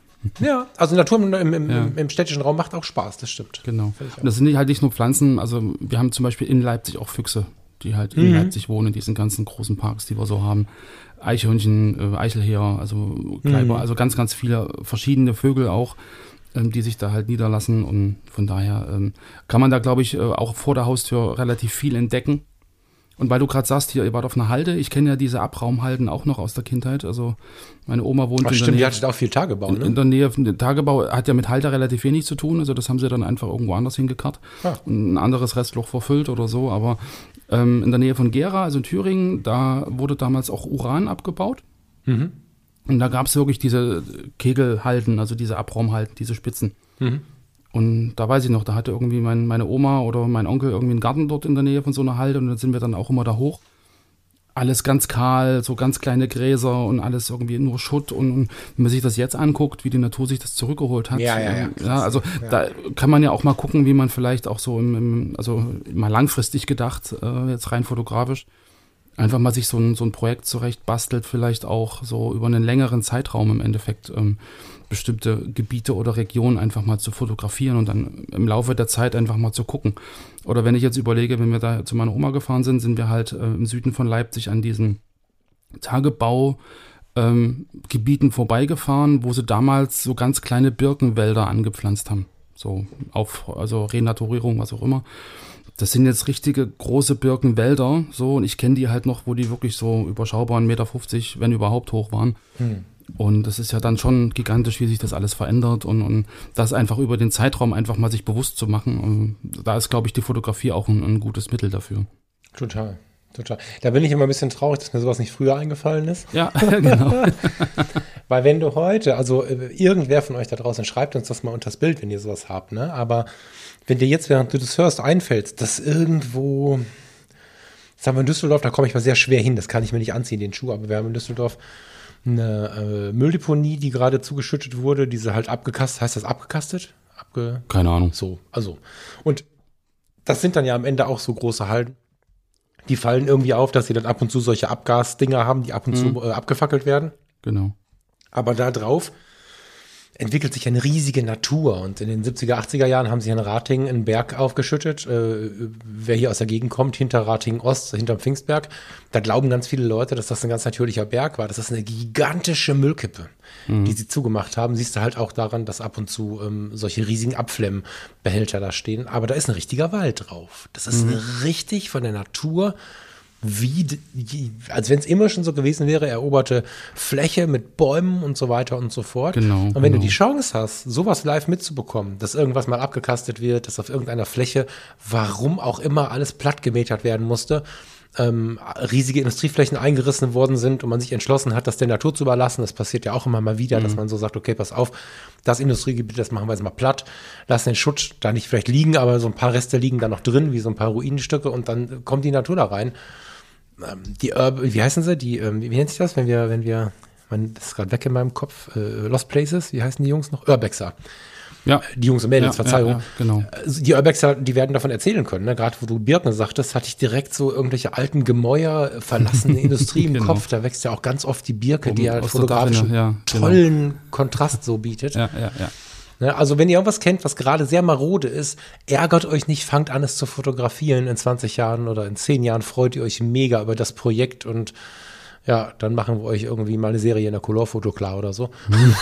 Ja, also Natur im, im, im, Ja. im städtischen Raum macht auch Spaß, das stimmt. Genau. Finde ich auch. Und das sind halt nicht nur Pflanzen, also wir haben zum Beispiel in Leipzig auch Füchse, die halt in Mhm. Leipzig wohnen, in diesen ganzen großen Parks, die wir so haben. Eichhörnchen, äh, Eichelheer, also Kleiber, Mhm. also ganz, ganz viele verschiedene Vögel auch, ähm, die sich da halt niederlassen. Und von daher ähm, kann man da, glaube ich, äh, auch vor der Haustür relativ viel entdecken. Und weil du gerade sagst, hier, ihr wart auf einer Halde, ich kenne ja diese Abraumhalden auch noch aus der Kindheit. Also meine Oma wohnt Ach in stimmt, der die Nähe. hattet auch viel Tagebau, In, in ne? der Nähe von dem Tagebau hat ja mit Halter relativ wenig zu tun, also das haben sie dann einfach irgendwo anders hingekarrt Ah. und ein anderes Restloch verfüllt oder so, aber ähm, in der Nähe von Gera, also in Thüringen, da wurde damals auch Uran abgebaut Mhm. und da gab es wirklich diese Kegelhalden, also diese Abraumhalden, diese Spitzen. Mhm. Und da weiß ich noch, da hatte irgendwie mein, meine Oma oder mein Onkel irgendwie einen Garten dort in der Nähe von so einer Halde und dann sind wir dann auch immer da hoch. Alles ganz kahl, so ganz kleine Gräser und alles irgendwie nur Schutt. Und, und wenn man sich das jetzt anguckt, wie die Natur sich das zurückgeholt hat. Ja, ja, ja, ähm, krass. ja also Ja. da kann man ja auch mal gucken, wie man vielleicht auch so, im, im, also mal langfristig gedacht, äh, jetzt rein fotografisch, einfach mal sich so ein, so ein Projekt zurecht bastelt, vielleicht auch so über einen längeren Zeitraum im Endeffekt ähm, bestimmte Gebiete oder Regionen einfach mal zu fotografieren und dann im Laufe der Zeit einfach mal zu gucken. Oder wenn ich jetzt überlege, wenn wir da zu meiner Oma gefahren sind, sind wir halt äh, im Süden von Leipzig an diesen Tagebaugebieten ähm, Gebieten vorbeigefahren, wo sie damals so ganz kleine Birkenwälder angepflanzt haben. So auf, also Renaturierung, was auch immer. Das sind jetzt richtige große Birkenwälder, so, und ich kenne die halt noch, wo die wirklich so überschaubar einen Meter fünfzig, wenn überhaupt, hoch waren. Hm. Und das ist ja dann schon gigantisch, wie sich das alles verändert und, und das einfach über den Zeitraum einfach mal sich bewusst zu machen. Und da ist, glaube ich, die Fotografie auch ein, ein gutes Mittel dafür. Total. Total. Da bin ich immer ein bisschen traurig, dass mir sowas nicht früher eingefallen ist. Ja, genau. Weil wenn du heute, also irgendwer von euch da draußen, schreibt uns das mal unter das Bild, wenn ihr sowas habt, ne? Aber wenn dir jetzt, während du das hörst, einfällt, dass irgendwo, sagen wir in Düsseldorf, da komme ich mal sehr schwer hin, das kann ich mir nicht anziehen, den Schuh, aber wir haben in Düsseldorf eine äh, Mülldeponie, die gerade zugeschüttet wurde, diese halt abgekastet, heißt das abgekastet? Abge Keine Ahnung. So, also. Und das sind dann ja am Ende auch so große Hallen. Die fallen irgendwie auf, dass sie dann ab und zu solche Abgasdinger haben, die ab und Mhm. zu äh, abgefackelt werden. Genau. Aber da drauf entwickelt sich eine riesige Natur. Und in den siebziger, achtziger Jahren haben sie in Ratingen einen Berg aufgeschüttet. Äh, wer hier aus der Gegend kommt, hinter Ratingen Ost, hinterm Pfingstberg, da glauben ganz viele Leute, dass das ein ganz natürlicher Berg war. Das ist eine gigantische Müllkippe, Mhm. die sie zugemacht haben. Siehst du halt auch daran, dass ab und zu ähm, solche riesigen Abflammbehälter da stehen. Aber da ist ein richtiger Wald drauf. Das ist Mhm. eine richtig von der Natur, wie, die- als wenn es immer schon so gewesen wäre, eroberte Fläche mit Bäumen und so weiter und so fort. Genau, Und wenn du genau. die Chance hast, sowas live mitzubekommen, dass irgendwas mal abgekastet wird, dass auf irgendeiner Fläche, warum auch immer, alles platt gemetert werden musste, ähm, riesige Industrieflächen eingerissen worden sind und man sich entschlossen hat, das der Natur zu überlassen. Das passiert ja auch immer mal wieder, dass man so sagt, okay, pass auf, das Industriegebiet, das machen wir jetzt mal platt, lassen den Schutt da nicht vielleicht liegen, aber so ein paar Reste liegen da noch drin, wie so ein paar Ruinenstücke und dann kommt die Natur da rein. Ähm, die Urb, wie heißen sie? Die, ähm, wie nennt sich das, wenn wir, wenn wir, man, das ist gerade weg in meinem Kopf, äh, Lost Places, wie heißen die Jungs noch? Urbexer. Ja. Die Jungs und Mädels, Ja, Verzeihung. ja, ja, genau. Also die Urbexer, die werden davon erzählen können. Ne? Gerade wo du Birken sagtest, hatte ich direkt so irgendwelche alten Gemäuer, verlassene Industrie im Genau. Kopf. Da wächst ja auch ganz oft die Birke, die Oben ja aus der fotografisch Dachrinne, ja, genau. tollen Kontrast so bietet. Ja, ja, ja. Ne? Also wenn ihr irgendwas kennt, was gerade sehr marode ist, ärgert euch nicht, fangt an, es zu fotografieren. In zwanzig Jahren oder in zehn Jahren freut ihr euch mega über das Projekt und ja, dann machen wir euch irgendwie mal eine Serie in der Colorfoto klar oder so.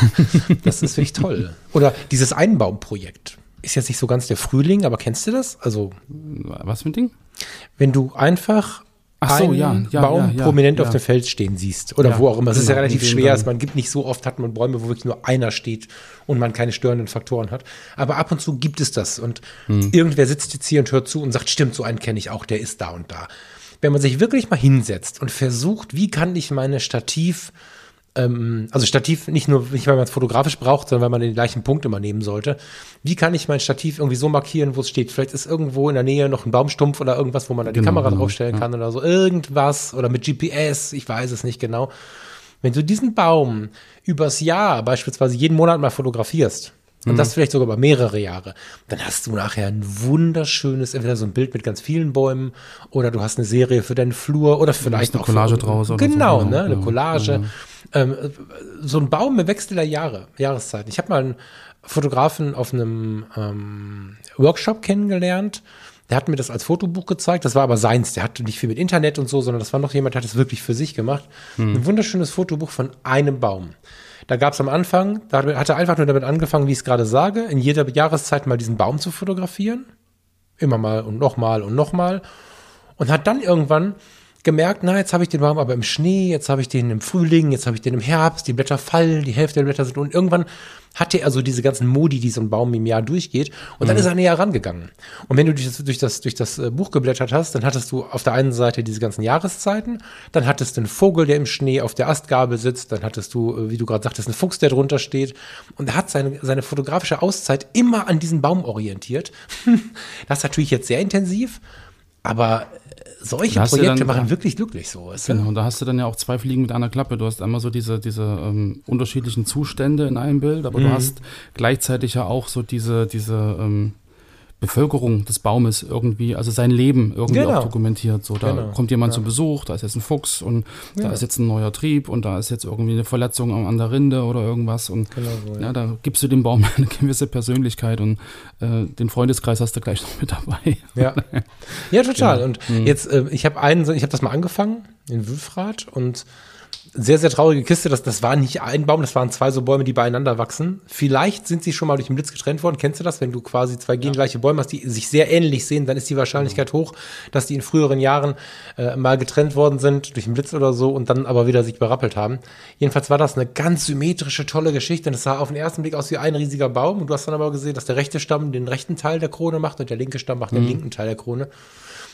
Das ist wirklich toll. Oder dieses Einbaumprojekt. Ist jetzt nicht so ganz der Frühling, aber kennst du das? Also, Was für ein Ding? wenn du einfach Ach so, einen ja, ja, Baum ja, ja, prominent ja. auf dem Feld stehen siehst oder Ja, wo auch immer. Es ist ja genau, relativ in dem schwer. dann- Man gibt nicht so oft, hat man Bäume, wo wirklich nur einer steht und man keine störenden Faktoren hat. Aber ab und zu gibt es das und Hm. irgendwer sitzt jetzt hier und hört zu und sagt, stimmt, so einen kenne ich auch, der ist da und da. Wenn man sich wirklich mal hinsetzt und versucht, wie kann ich meine Stativ, ähm, also Stativ nicht nur, nicht weil man es fotografisch braucht, sondern weil man den gleichen Punkt immer nehmen sollte. Wie kann ich mein Stativ irgendwie so markieren, wo es steht? Vielleicht ist irgendwo in der Nähe noch ein Baumstumpf oder irgendwas, wo man da die Genau, Kamera genau, draufstellen ja. kann oder so. Irgendwas oder mit G P S, ich weiß es nicht genau. Wenn du diesen Baum übers Jahr beispielsweise jeden Monat mal fotografierst, und das vielleicht sogar über mehrere Jahre, dann hast du nachher ein wunderschönes, entweder so ein Bild mit ganz vielen Bäumen oder du hast eine Serie für deinen Flur oder vielleicht eine auch Collage für, draus oder so, genau, genau, ne, eine ja, Collage. ja. Ähm, so ein Baum mit Wechsel der Jahre, Jahreszeiten. Ich habe mal einen Fotografen auf einem ähm, Workshop kennengelernt. Der hat mir das als Fotobuch gezeigt. Das war aber seins. Der hatte nicht viel mit Internet und so, sondern das war noch jemand, der hat es wirklich für sich gemacht. Ein wunderschönes Fotobuch von einem Baum. Da gab es am Anfang, da hat er einfach nur damit angefangen, wie ich es gerade sage, in jeder Jahreszeit mal diesen Baum zu fotografieren. Immer mal und nochmal und nochmal. Und hat dann irgendwann gemerkt, na, jetzt habe ich den Baum aber im Schnee, jetzt habe ich den im Frühling, jetzt habe ich den im Herbst, die Blätter fallen, die Hälfte der Blätter sind und irgendwann hatte er so diese ganzen Modi, die so ein Baum im Jahr durchgeht und dann ist er näher rangegangen. Und wenn du durch das, durch das, durch das äh, Buch geblättert hast, dann hattest du auf der einen Seite diese ganzen Jahreszeiten, dann hattest du einen Vogel, der im Schnee auf der Astgabel sitzt, dann hattest du, äh, wie du gerade sagtest, einen Fuchs, der drunter steht und er hat seine, seine fotografische Auszeit immer an diesen Baum orientiert. Das ist natürlich jetzt sehr intensiv, aber solche Da hast du Projekte dann- machen wirklich glücklich so. Weißt du? Genau, da hast du dann ja auch zwei Fliegen mit einer Klappe. Du hast einmal so diese, diese ähm, unterschiedlichen Zustände in einem Bild, aber Mhm. du hast gleichzeitig ja auch so diese, diese ähm, Bevölkerung des Baumes irgendwie, also sein Leben irgendwie Genau. auch dokumentiert. So, da Genau. kommt jemand Ja. zu Besuch, da ist jetzt ein Fuchs und da Ja. ist jetzt ein neuer Trieb und da ist jetzt irgendwie eine Verletzung an- an der Rinde oder irgendwas und Genau so, ja. ja, da gibst du dem Baum eine gewisse Persönlichkeit und äh, den Freundeskreis hast du gleich noch mit dabei. Ja, ja total. Und jetzt, äh, ich habe einen, ich habe das mal angefangen in Wülfrath und sehr, sehr traurige Kiste. Das, das war nicht ein Baum, das waren zwei so Bäume, die beieinander wachsen. Vielleicht sind sie schon mal durch den Blitz getrennt worden. Kennst du das? Wenn du quasi zwei gengleiche Bäume hast, die sich sehr ähnlich sehen, dann ist die Wahrscheinlichkeit hoch, dass die in früheren Jahren äh, mal getrennt worden sind durch den Blitz oder so und dann aber wieder sich berappelt haben. Jedenfalls war das eine ganz symmetrische, tolle Geschichte. Und es sah auf den ersten Blick aus wie ein riesiger Baum. Und du hast dann aber gesehen, dass der rechte Stamm den rechten Teil der Krone macht und der linke Stamm macht den linken Teil der Krone.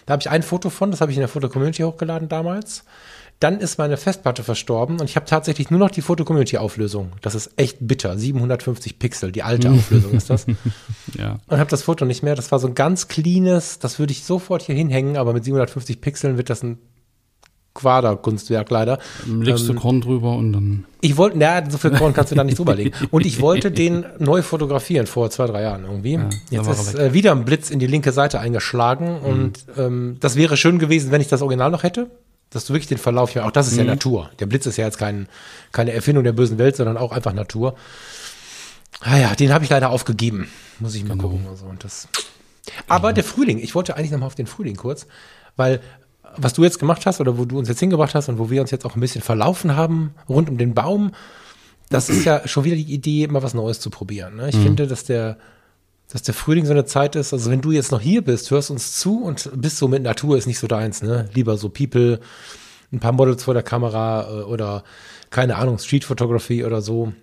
Da habe ich ein Foto von, das habe ich in der Foto-Community hochgeladen damals. Dann ist meine Festplatte verstorben und ich habe tatsächlich nur noch die Foto-Community-Auflösung. Das ist echt bitter. siebenhundertfünfzig Pixel, die alte Auflösung ist das. Ja. Und habe das Foto nicht mehr. Das war so ein ganz cleanes, das würde ich sofort hier hinhängen, aber mit siebenhundertfünfzig Pixeln wird das ein Quader-Kunstwerk leider. Legst ähm, du Korn drüber und dann. Ich wollte, naja, so viel Korn kannst du da nicht drüber legen. Und ich wollte den neu fotografieren vor zwei, drei Jahren irgendwie. Ja, Jetzt ist äh, wieder ein Blitz in die linke Seite eingeschlagen mhm. und ähm, das wäre schön gewesen, wenn ich das Original noch hätte. Dass du wirklich den Verlauf, ja, auch das ist mhm. ja Natur. Der Blitz ist ja jetzt kein, keine Erfindung der bösen Welt, sondern auch einfach Natur. Ah ja, den habe ich leider aufgegeben. Muss ich mal genau. gucken. Also, und das. Aber mhm. der Frühling, ich wollte eigentlich nochmal auf den Frühling kurz, weil was du jetzt gemacht hast oder wo du uns jetzt hingebracht hast und wo wir uns jetzt auch ein bisschen verlaufen haben rund um den Baum, das ist ja schon wieder die Idee, mal was Neues zu probieren. Ne? Ich mhm. finde, dass der dass der Frühling so eine Zeit ist, also wenn du jetzt noch hier bist, hörst uns zu und bist so mit Natur, ist nicht so deins, ne? Lieber so People, ein paar Models vor der Kamera oder, keine Ahnung, Street Photography oder so.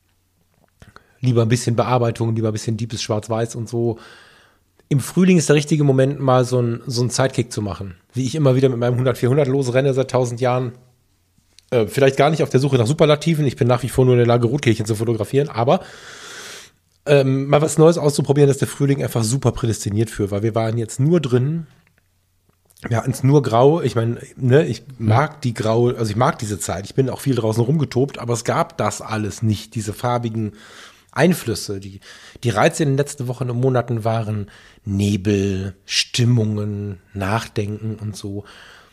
Lieber ein bisschen Bearbeitung, lieber ein bisschen deepes Schwarz-Weiß und so. Im Frühling ist der richtige Moment, mal so ein, so ein Sidekick zu machen. Wie ich immer wieder mit meinem hundert vierhundert losrenne seit tausend Jahren. Äh, vielleicht gar nicht auf der Suche nach Superlativen, ich bin nach wie vor nur in der Lage, Rotkehlchen zu fotografieren, aber Ähm, mal was Neues auszuprobieren, ist der Frühling einfach super prädestiniert für, weil wir waren jetzt nur drin, wir hatten es nur grau, ich meine, ne, ich mag die grau, also ich mag diese Zeit, ich bin auch viel draußen rumgetobt, aber es gab das alles nicht, diese farbigen Einflüsse, die, die Reize in den letzten Wochen und Monaten waren Nebel, Stimmungen, Nachdenken und so.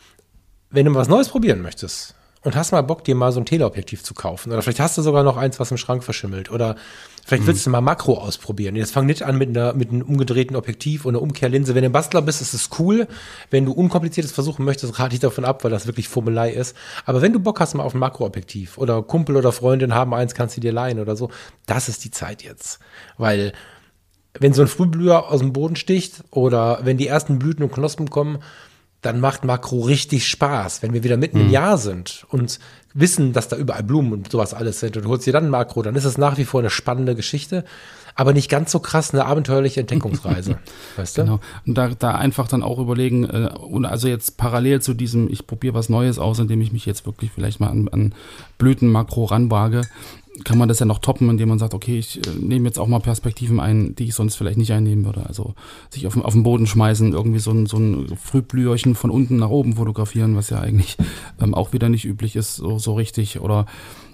Wenn du mal was Neues probieren möchtest und hast mal Bock, dir mal so ein Teleobjektiv zu kaufen, oder vielleicht hast du sogar noch eins, was im Schrank verschimmelt, oder vielleicht willst du mal Makro ausprobieren. Jetzt fang nicht an mit einer mit einem umgedrehten Objektiv oder einer Umkehrlinse. Wenn du ein Bastler bist, ist es cool. Wenn du Unkompliziertes versuchen möchtest, rate ich davon ab, weil das wirklich Fummelei ist. Aber wenn du Bock hast mal auf ein Makroobjektiv oder Kumpel oder Freundin haben eins, kannst du dir leihen oder so, das ist die Zeit jetzt. Weil wenn so ein Frühblüher aus dem Boden sticht oder wenn die ersten Blüten und Knospen kommen, dann macht Makro richtig Spaß, wenn wir wieder mitten mhm. im Jahr sind und wissen, dass da überall Blumen und sowas alles sind und du holst dir dann ein Makro, dann ist es nach wie vor eine spannende Geschichte, aber nicht ganz so krass eine abenteuerliche Entdeckungsreise, weißt du? Genau, und da, da einfach dann auch überlegen, äh, und also jetzt parallel zu diesem, ich probiere was Neues aus, indem ich mich jetzt wirklich vielleicht mal an, an Blütenmakro ranwage, kann man das ja noch toppen, indem man sagt, okay, ich äh, nehme jetzt auch mal Perspektiven ein, die ich sonst vielleicht nicht einnehmen würde. Also sich auf, auf den Boden schmeißen, irgendwie so ein, so ein Frühblüherchen von unten nach oben fotografieren, was ja eigentlich ähm, auch wieder nicht üblich ist, so, so richtig. Oder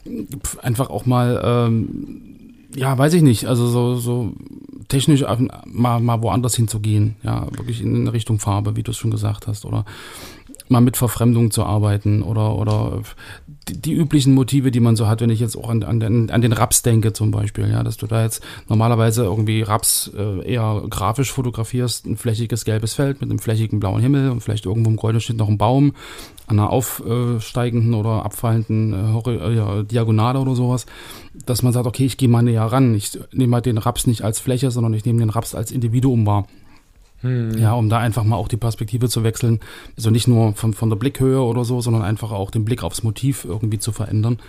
pf, einfach auch mal, ähm, ja, weiß ich nicht, also so, so technisch mal, mal woanders hinzugehen, ja, wirklich in Richtung Farbe, wie du es schon gesagt hast, oder mal mit Verfremdung zu arbeiten oder oder die, die üblichen Motive, die man so hat, wenn ich jetzt auch an, an, den, an den Raps denke zum Beispiel, ja, dass du da jetzt normalerweise irgendwie Raps äh, eher grafisch fotografierst, ein flächiges gelbes Feld mit einem flächigen blauen Himmel und vielleicht irgendwo im Goldenschnitt noch ein Baum an einer aufsteigenden oder abfallenden äh, ja, Diagonale oder sowas, dass man sagt, okay, ich gehe mal näher ran, ich nehme mal den Raps nicht als Fläche, sondern ich nehme den Raps als Individuum wahr. Hm. Ja, um da einfach mal auch die Perspektive zu wechseln, also nicht nur von, von der Blickhöhe oder so, sondern einfach auch den Blick aufs Motiv irgendwie zu verändern.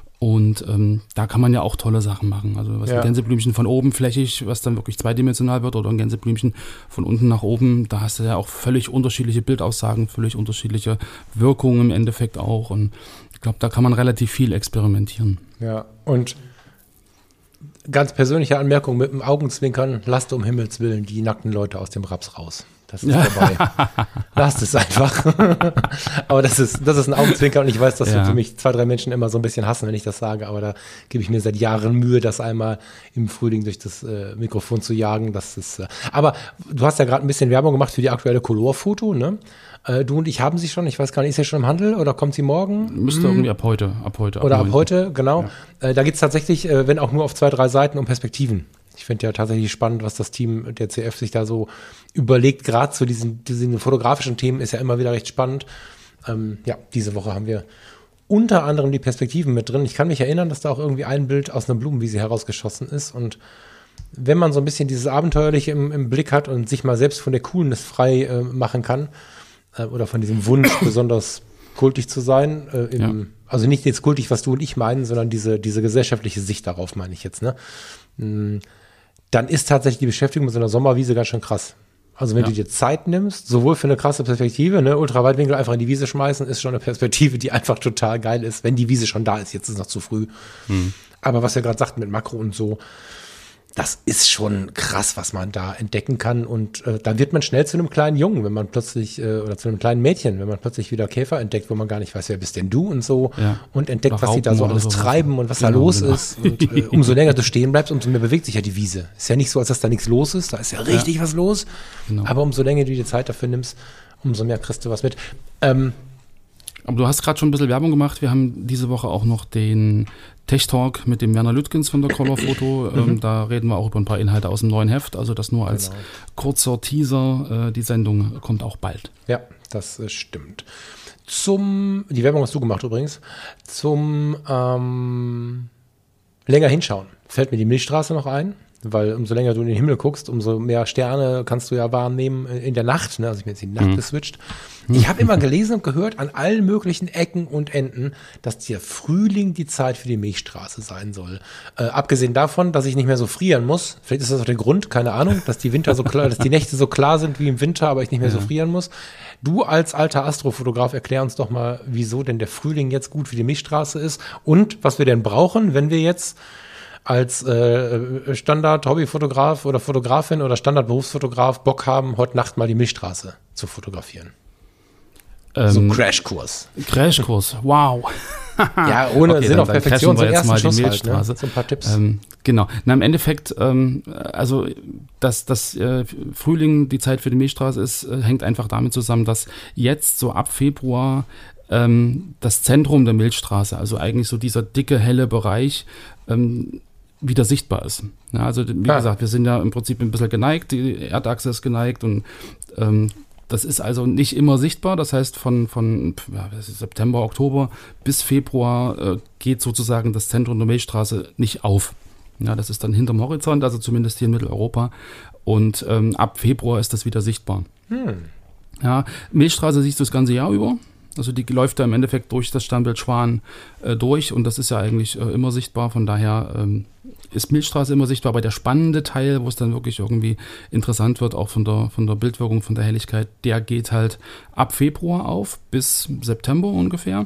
Und ähm, da kann man ja auch tolle Sachen machen. Also was ja. ein Gänseblümchen von oben flächig, was dann wirklich zweidimensional wird, oder ein Gänseblümchen von unten nach oben, da hast du ja auch völlig unterschiedliche Bildaussagen, völlig unterschiedliche Wirkungen im Endeffekt auch. Und ich glaube, da kann man relativ viel experimentieren. Ja, und ganz persönliche Anmerkung mit dem Augenzwinkern, lasst um Himmels Willen die nackten Leute aus dem Raps raus. Das ist vorbei. Lasst es einfach. Aber das ist, das ist ein Augenzwinkern und ich weiß, dass ja. für mich zwei, drei Menschen immer so ein bisschen hassen, wenn ich das sage, aber da gebe ich mir seit Jahren Mühe, das einmal im Frühling durch das äh, Mikrofon zu jagen. Das ist, äh, aber du hast ja gerade ein bisschen Werbung gemacht für die aktuelle Color-Foto, ne? Äh, du und ich haben sie schon, ich weiß gar nicht, ist sie schon im Handel oder kommt sie morgen? Müsste hm. irgendwie ab heute, ab heute. Ab oder ab heute, genau. Ja. Äh, da geht es tatsächlich, äh, wenn auch nur auf zwei, drei Seiten, um Perspektiven. Ich finde ja tatsächlich spannend, was das Team der C F sich da so überlegt. Gerade zu diesen, diesen fotografischen Themen ist ja immer wieder recht spannend. Ähm, ja, diese Woche haben wir unter anderem die Perspektiven mit drin. Ich kann mich erinnern, dass da auch irgendwie ein Bild aus einer Blumenwiese herausgeschossen ist. Und wenn man so ein bisschen dieses Abenteuerliche im, im Blick hat und sich mal selbst von der Coolness frei äh, machen kann, äh, oder von diesem Wunsch, besonders kultig zu sein, äh, im, ja. also nicht jetzt kultig, was du und ich meinen, sondern diese, diese gesellschaftliche Sicht darauf meine ich jetzt, ne? Mm, dann ist tatsächlich die Beschäftigung mit so einer Sommerwiese ganz schön krass. Also wenn Ja. du dir Zeit nimmst, sowohl für eine krasse Perspektive, ne, Ultraweitwinkel einfach in die Wiese schmeißen, ist schon eine Perspektive, die einfach total geil ist, wenn die Wiese schon da ist. Jetzt ist es noch zu früh. Hm. Aber was wir gerade sagten mit Makro und so, das ist schon krass, was man da entdecken kann. Und äh, da wird man schnell zu einem kleinen Jungen, wenn man plötzlich, äh, oder zu einem kleinen Mädchen, wenn man plötzlich wieder Käfer entdeckt, wo man gar nicht weiß, wer bist denn du und so. Ja. Und entdeckt, Oder was die da Raupen so oder alles sowas. treiben und was da Genau, los genau. ist. Und äh, umso länger du stehen bleibst, umso mehr bewegt sich ja die Wiese. Ist ja nicht so, als dass da nichts los ist. Da ist ja richtig was los. Genau. Aber umso länger du dir Zeit dafür nimmst, umso mehr kriegst du was mit. Ähm, Aber du hast gerade schon ein bisschen Werbung gemacht. Wir haben diese Woche auch noch den Tech Talk mit dem Werner Lüttgens von der Color Photo. ähm, da reden wir auch über ein paar Inhalte aus dem neuen Heft. Also das nur als Genau. kurzer Teaser. Äh, die Sendung kommt auch bald. Ja, das äh, stimmt. Zum, die Werbung hast du gemacht übrigens, zum ähm, länger hinschauen. Fällt mir die Milchstraße noch ein, weil umso länger du in den Himmel guckst, umso mehr Sterne kannst du ja wahrnehmen in der Nacht. Ne? Also ich bin jetzt in die Nacht geswitcht. Ich habe immer gelesen und gehört an allen möglichen Ecken und Enden, dass der Frühling die Zeit für die Milchstraße sein soll. Äh, abgesehen davon, dass ich nicht mehr so frieren muss. Vielleicht ist das auch der Grund, keine Ahnung, dass die Winter so klar, dass die Nächte so klar sind wie im Winter, aber ich nicht mehr so frieren muss. Du als alter Astrofotograf, erklär uns doch mal, wieso denn der Frühling jetzt gut für die Milchstraße ist und was wir denn brauchen, wenn wir jetzt als äh, Standard-Hobbyfotograf oder Fotografin oder Standard-Berufsfotograf Bock haben, heute Nacht mal die Milchstraße zu fotografieren. So Ähm, Crashkurs. Crashkurs, wow. Ja, ohne Okay, Sinn dann- auf dann Perfektion, crashen so wir einen jetzt ersten mal die Schuss halt, ne? Milchstraße. So ein paar Tipps. Ähm, genau. Na, im Endeffekt, ähm, also dass das äh, Frühling die Zeit für die Milchstraße ist, äh, hängt einfach damit zusammen, dass jetzt so ab Februar ähm, das Zentrum der Milchstraße, also eigentlich so dieser dicke, helle Bereich, ähm, wieder sichtbar ist. Ja, also wie Ah. gesagt, wir sind ja im Prinzip ein bisschen geneigt, die Erdachse ist geneigt und ähm, das ist also nicht immer sichtbar. Das heißt, von, von ja, das ist September, Oktober bis Februar äh, geht sozusagen das Zentrum der Milchstraße nicht auf. Ja, das ist dann hinterm Horizont, also zumindest hier in Mitteleuropa. Und ähm, ab Februar ist das wieder sichtbar. Hm. Ja, Milchstraße siehst du das ganze Jahr über. Also die läuft da im Endeffekt durch das Sternbild Schwan äh, durch und das ist ja eigentlich äh, immer sichtbar. Von daher ähm, ist Milchstraße immer sichtbar. Aber der spannende Teil, wo es dann wirklich irgendwie interessant wird, auch von der, von der Bildwirkung, von der Helligkeit, der geht halt ab Februar auf bis September ungefähr.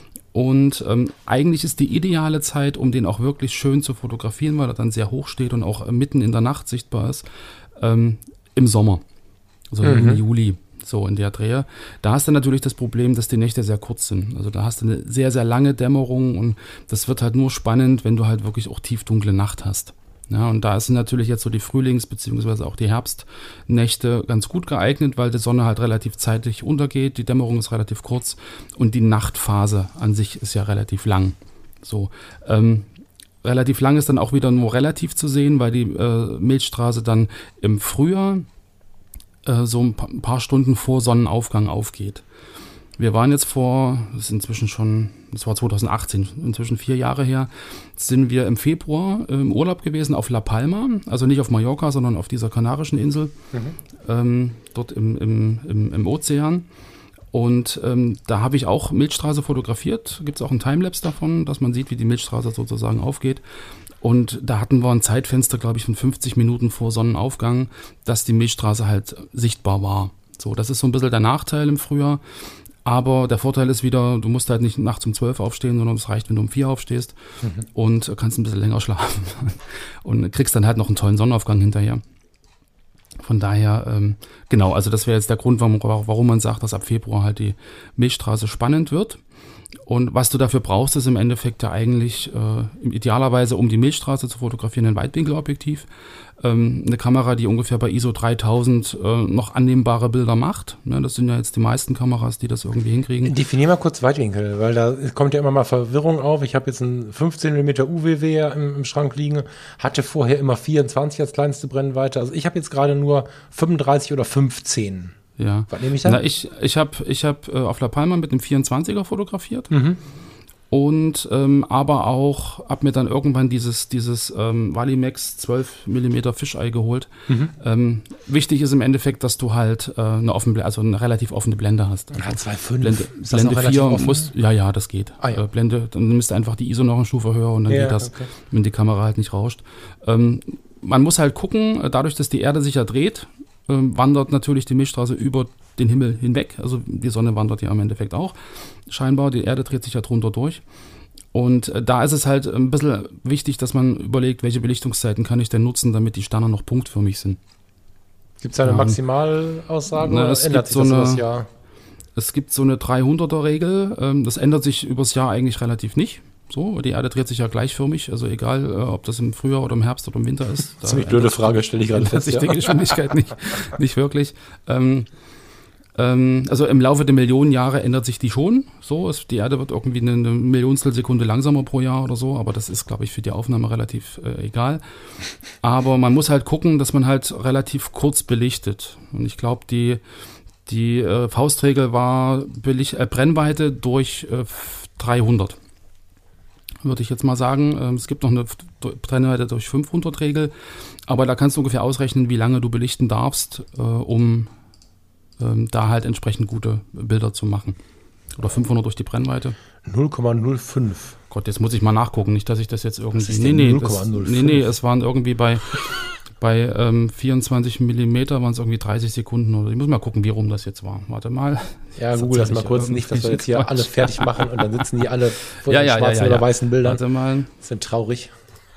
Und ähm, eigentlich ist die ideale Zeit, um den auch wirklich schön zu fotografieren, weil er dann sehr hoch steht und auch äh, mitten in der Nacht sichtbar ist, ähm, im Sommer, also Mhm. im Juli. So in der Drehe. Da hast du natürlich das Problem, dass die Nächte sehr kurz sind. Also da hast du eine sehr, sehr lange Dämmerung und das wird halt nur spannend, wenn du halt wirklich auch tiefdunkle Nacht hast. Ja, und da sind natürlich jetzt so die Frühlings- bzw. auch die Herbstnächte ganz gut geeignet, weil die Sonne halt relativ zeitig untergeht, die Dämmerung ist relativ kurz und die Nachtphase an sich ist ja relativ lang. So, ähm, relativ lang ist dann auch wieder nur relativ zu sehen, weil die äh, Milchstraße dann im Frühjahr so ein paar Stunden vor Sonnenaufgang aufgeht. Wir waren jetzt vor, das ist inzwischen schon, das war zwanzig achtzehn, inzwischen vier Jahre her, sind wir im Februar im Urlaub gewesen auf La Palma, also nicht auf Mallorca, sondern auf dieser kanarischen Insel, mhm. ähm, dort im, im, im, im Ozean. Und ähm, da habe ich auch Milchstraße fotografiert, gibt es auch ein Timelapse davon, dass man sieht, wie die Milchstraße sozusagen aufgeht. Und da hatten wir ein Zeitfenster, glaube ich, von fünfzig Minuten vor Sonnenaufgang, dass die Milchstraße halt sichtbar war. So, das ist so ein bisschen der Nachteil im Frühjahr. Aber der Vorteil ist wieder, du musst halt nicht nachts um zwölf aufstehen, sondern es reicht, wenn du um vier aufstehst mhm. und kannst ein bisschen länger schlafen und kriegst dann halt noch einen tollen Sonnenaufgang hinterher. Von daher, ähm, genau, also das wäre jetzt der Grund, warum, warum man sagt, dass ab Februar halt die Milchstraße spannend wird. Und was du dafür brauchst, ist im Endeffekt ja eigentlich äh, idealerweise, um die Milchstraße zu fotografieren, ein Weitwinkelobjektiv. Ähm, eine Kamera, die ungefähr bei I S O dreitausend äh, noch annehmbare Bilder macht. Ne, das sind ja jetzt die meisten Kameras, die das irgendwie hinkriegen. Definier mal kurz Weitwinkel, weil da kommt ja immer mal Verwirrung auf. Ich habe jetzt einen fünfzehn Millimeter U W W im, im Schrank liegen, hatte vorher immer vierundzwanzig als kleinste Brennweite. Also ich habe jetzt gerade nur fünfunddreißig oder fünfzehn. Ja. Was nehme ich dann? Na, ich ich habe ich hab, äh, auf La Palma mit einem vierundzwanziger fotografiert. Mhm. Und ähm, aber auch, hab mir dann irgendwann dieses, dieses ähm, Valimax zwölf Millimeter Fischei geholt. Mhm. Ähm, wichtig ist im Endeffekt, dass du halt äh, eine offene, also eine relativ offene Blende hast. Also Ja, zwei Komma fünf. Blende, Ist das Blende noch relativ vier offen? musst, ja, ja, das geht. Ah, ja. Äh, Blende, dann nimmst du einfach die I S O noch eine Stufe höher und dann Ja, geht das, okay. wenn die Kamera halt nicht rauscht. Ähm, man muss halt gucken, dadurch, dass die Erde sich ja dreht, ähm, wandert natürlich die Milchstraße über den Himmel hinweg. Also die Sonne wandert ja im Endeffekt auch scheinbar. Die Erde dreht sich ja drunter durch. Und äh, da ist es halt ein bisschen wichtig, dass man überlegt, welche Belichtungszeiten kann ich denn nutzen, damit die Sterne noch punktförmig sind. Gibt es eine Ähm, Maximalaussage na, oder es ändert gibt sich so das über eine- das Jahr? Es gibt so eine dreihunderter-Regel. Ähm, das ändert sich übers Jahr eigentlich relativ nicht. So, die Erde dreht sich ja gleichförmig, also egal, äh, ob das im Frühjahr oder im Herbst oder im Winter ist. Da Ziemlich blöde ändert- Frage, stelle ich gerade ändert fest. sich Ja. die Geschwindigkeit nicht, nicht wirklich. Ähm, ähm, also im Laufe der Millionen Jahre ändert sich die schon. So, es, die Erde wird irgendwie eine, eine Millionstelsekunde langsamer pro Jahr oder so, aber das ist, glaube ich, für die Aufnahme relativ äh, egal. Aber man muss halt gucken, dass man halt relativ kurz belichtet. Und ich glaube, die, die äh, Faustregel war Belicht, äh, Brennweite durch äh, dreihundert. Würde ich jetzt mal sagen. Ähm, Es gibt noch eine Brennweite durch fünfhundert Regel, aber da kannst du ungefähr ausrechnen, wie lange du belichten darfst, äh, um ähm, da halt entsprechend gute Bilder zu machen. Oder fünfhundert durch die Brennweite. null Komma null fünf. Gott, jetzt muss ich mal nachgucken, nicht, dass ich das jetzt irgendwie... Was ist nee, denn nee, null das, Komma null fünf? nee, nee, es waren irgendwie bei, bei ähm, vierundzwanzig Millimeter waren es irgendwie dreißig Sekunden. Oder ich muss mal gucken, wie rum das jetzt war. Warte mal. Ja, Das google das erzähl mal ich kurz, ja nicht, dass wir jetzt hier Quatsch. alle fertig machen und dann sitzen die alle vor Ja, den ja, ja, schwarzen ja, oder ja. weißen Bildern. Warte mal. Das sind traurig.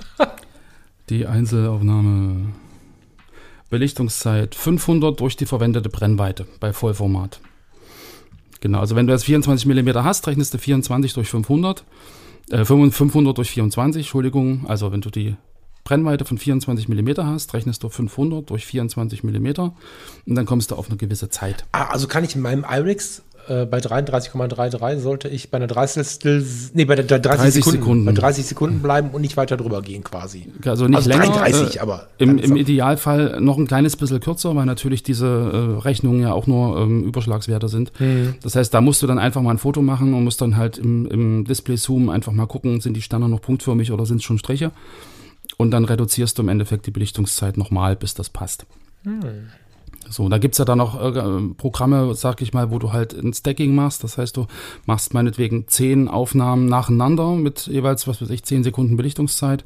Die Einzelaufnahme. Belichtungszeit fünfhundert durch die verwendete Brennweite bei Vollformat. Genau, also wenn du jetzt vierundzwanzig Millimeter hast, rechnest du vierundzwanzig durch fünfhundert. Äh, fünfhundert durch vierundzwanzig, Entschuldigung. Also wenn du die Brennweite von vierundzwanzig Millimeter hast, rechnest du fünfhundert durch vierundzwanzig Millimeter und dann kommst du auf eine gewisse Zeit. Ah, also kann ich in meinem IRIX äh, bei dreiunddreißig Komma dreiunddreißig sollte ich bei einer dreißigstel, nee, bei der dreißig, dreißig Sekunden, Sekunden. bei dreißig Sekunden bleiben und nicht weiter drüber gehen quasi. Also nicht Also länger. dreiunddreißig, äh, aber Im, Im langsam. Idealfall noch ein kleines bisschen kürzer, weil natürlich diese äh, Rechnungen ja auch nur ähm, Überschlagswerte sind. Hm. Das heißt, da musst du dann einfach mal ein Foto machen und musst dann halt im, im Display-Zoom einfach mal gucken, sind die Sterne noch punktförmig oder sind es schon Striche? Und dann reduzierst du im Endeffekt die Belichtungszeit nochmal, bis das passt. So, da gibt es ja dann noch äh, Programme, sag ich mal, wo du halt ein Stacking machst. Das heißt, du machst meinetwegen zehn Aufnahmen nacheinander mit jeweils, was weiß ich, zehn Sekunden Belichtungszeit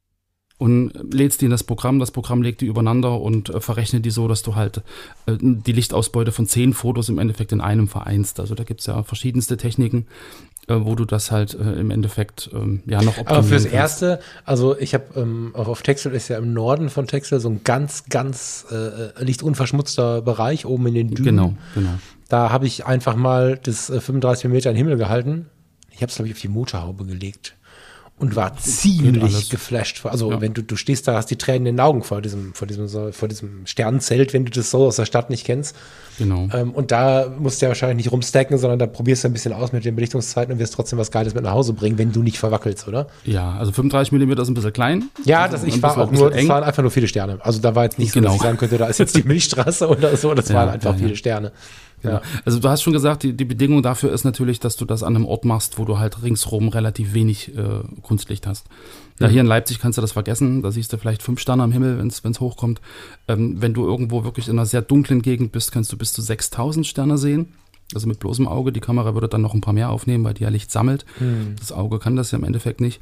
und lädst die in das Programm. Das Programm legt die übereinander und äh, verrechnet die so, dass du halt äh, die Lichtausbeute von zehn Fotos im Endeffekt in einem vereinst. Also da gibt es ja verschiedenste Techniken, äh, wo du das halt äh, im Endeffekt ähm, ja noch optimieren Aber fürs kannst. Erste, also ich habe ähm, auch auf Texel ist ja im Norden von Texel so ein ganz, ganz äh, lichtunverschmutzter Bereich oben in den Dünen. Genau, genau. Da habe ich einfach mal das äh, fünfunddreißig Millimeter in den Himmel gehalten. Ich habe es, glaube ich, auf die Motorhaube gelegt und war ziemlich alles. geflasht. Also Ja. wenn du, du stehst da, hast die Tränen in den Augen vor diesem, vor diesem, so- vor diesem Sternenzelt, wenn du das so aus der Stadt nicht kennst. Genau. Ähm, und da musst du ja wahrscheinlich nicht rumstacken, sondern da probierst du ein bisschen aus mit den Belichtungszeiten und wirst trotzdem was Geiles mit nach Hause bringen, wenn du nicht verwackelst, oder? Ja, also fünfunddreißig Millimeter ist ein bisschen klein. Ja, Also das, ein ich war bisschen- auch ein bisschen nur, das eng. waren einfach nur viele Sterne. Also da war jetzt nicht so, Genau. dass ich sagen könnte, da ist jetzt die Milchstraße oder so. Das Ja, waren einfach ja, ja. viele Sterne. Ja. Also du hast schon gesagt, die, die Bedingung dafür ist natürlich, dass du das an einem Ort machst, wo du halt ringsrum relativ wenig äh, Kunstlicht hast. Ja, hier in Leipzig kannst du das vergessen, da siehst du vielleicht fünf Sterne am Himmel, wenn es hochkommt. Ähm, wenn du irgendwo wirklich in einer sehr dunklen Gegend bist, kannst du bis zu sechstausend Sterne sehen. Also mit bloßem Auge. Die Kamera würde dann noch ein paar mehr aufnehmen, weil die ja Licht sammelt. Das Auge kann das ja im Endeffekt nicht.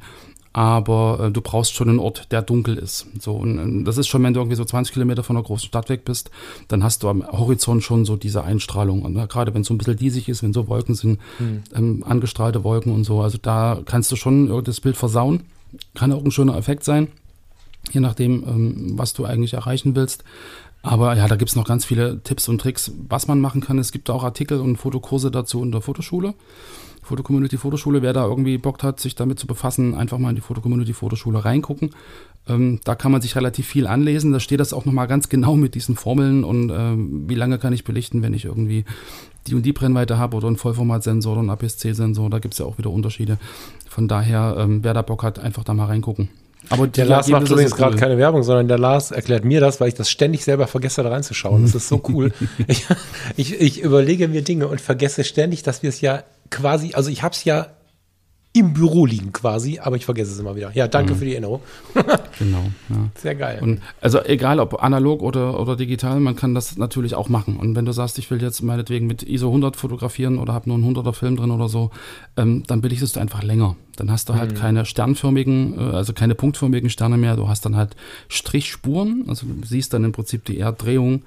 Aber äh, du brauchst schon einen Ort, der dunkel ist. So, und, und das ist schon, wenn du irgendwie so zwanzig Kilometer von einer großen Stadt weg bist, dann hast du am Horizont schon so diese Einstrahlung. Und äh, gerade wenn es so ein bisschen diesig ist, wenn so Wolken sind, ähm, angestrahlte Wolken und so, also da kannst du schon äh, das Bild versauen. Kann auch ein schöner Effekt sein, je nachdem, ähm, was du eigentlich erreichen willst. Aber ja, da gibt es noch ganz viele Tipps und Tricks, was man machen kann. Es gibt auch Artikel und Fotokurse dazu in der Fotoschule. Fotocommunity Fotoschule, wer da irgendwie Bock hat, sich damit zu befassen, einfach mal in die Fotocommunity Fotoschule reingucken. Ähm, da kann man sich relativ viel anlesen. Da steht das auch nochmal ganz genau mit diesen Formeln und ähm, wie lange kann ich belichten, wenn ich irgendwie die und die Brennweite habe oder einen Vollformatsensor oder einen A P S C-Sensor. Da gibt es ja auch wieder Unterschiede. Von daher, ähm, wer da Bock hat, einfach da mal reingucken. Aber Der die Lars macht Ergebnisse übrigens sind gerade cool. keine Werbung, sondern der Lars erklärt mir das, weil ich das ständig selber vergesse, da reinzuschauen. Das ist so cool. ich, ich, ich überlege mir Dinge und vergesse ständig, dass wir es ja quasi, also ich habe es ja im Büro liegen quasi, aber ich vergesse es immer wieder. Ja, danke für die Erinnerung. Genau, ja. Sehr geil. Und also egal ob analog oder, oder digital, man kann das natürlich auch machen. Und wenn du sagst, ich will jetzt meinetwegen mit I S O hundert fotografieren oder habe nur einen hunderter Film drin oder so, ähm, dann belichtest du einfach länger. Dann hast du halt keine sternförmigen, äh, also keine punktförmigen Sterne mehr. Du hast dann halt Strichspuren, also du siehst dann im Prinzip die Erddrehung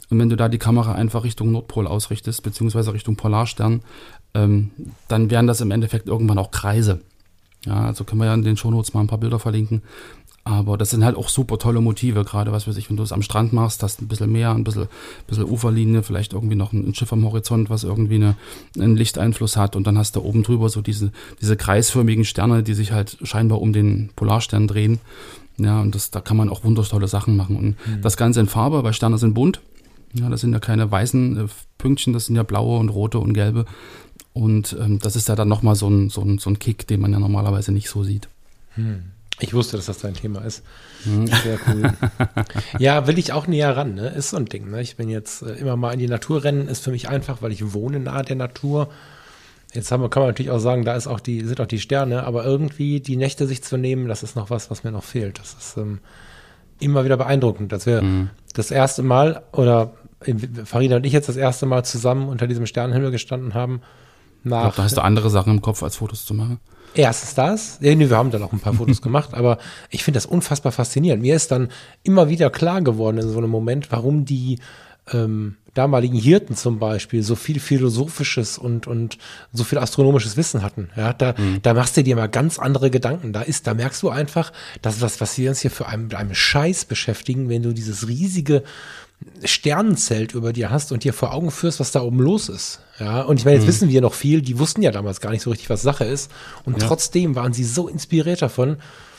Und wenn du da die Kamera einfach Richtung Nordpol ausrichtest, beziehungsweise Richtung Polarstern, ähm, dann wären das im Endeffekt irgendwann auch Kreise. Ja, also können wir ja in den Shownotes mal ein paar Bilder verlinken. Aber das sind halt auch super tolle Motive, gerade was weiß ich, wenn du es am Strand machst, hast ein bisschen Meer, ein bisschen, bisschen Uferlinie, vielleicht irgendwie noch ein, ein Schiff am Horizont, was irgendwie eine, einen Lichteinfluss hat und dann hast du oben drüber so diese, diese kreisförmigen Sterne, die sich halt scheinbar um den Polarstern drehen. Ja, und das, da kann man auch wundertolle Sachen machen. Und mhm. das Ganze in Farbe, weil Sterne sind bunt. Ja, das sind ja keine weißen äh, Pünktchen, das sind ja blaue und rote und gelbe. Und ähm, das ist ja dann nochmal so ein, so, ein, so ein Kick, den man ja normalerweise nicht so sieht. Hm. Ich wusste, dass das dein Thema ist. Sehr cool. Ja, will ich auch näher ran, ne? Ist so ein Ding, ne? Ich bin jetzt äh, immer mal in die Natur rennen, ist für mich einfach, weil ich wohne nahe der Natur. Jetzt haben wir, kann man natürlich auch sagen, da ist auch die, sind auch die Sterne, aber irgendwie die Nächte sich zu nehmen, das ist noch was, was mir noch fehlt. Das ist ähm, immer wieder beeindruckend, dass wir mhm. das erste Mal, oder Farida und ich jetzt das erste Mal zusammen unter diesem Sternenhimmel gestanden haben. Nach, ich glaube, da hast du andere Sachen im Kopf, als Fotos zu machen. Erstens das, ja, nee, wir haben dann auch ein paar Fotos gemacht, aber ich finde das unfassbar faszinierend. Mir ist dann immer wieder klar geworden in so einem Moment, warum die ähm, damaligen Hirten zum Beispiel so viel philosophisches und, und so viel astronomisches Wissen hatten. Ja, da, mhm. da machst du dir mal ganz andere Gedanken. Da ist, da merkst du einfach, dass was, was wir uns hier für einen, mit einem Scheiß beschäftigen, wenn du dieses riesige Sternenzelt über dir hast und dir vor Augen führst, was da oben los ist. Ja, und ich meine, jetzt mhm. wissen wir noch viel, die wussten ja damals gar nicht so richtig, was Sache ist. Und ja. trotzdem waren sie so inspiriert davon.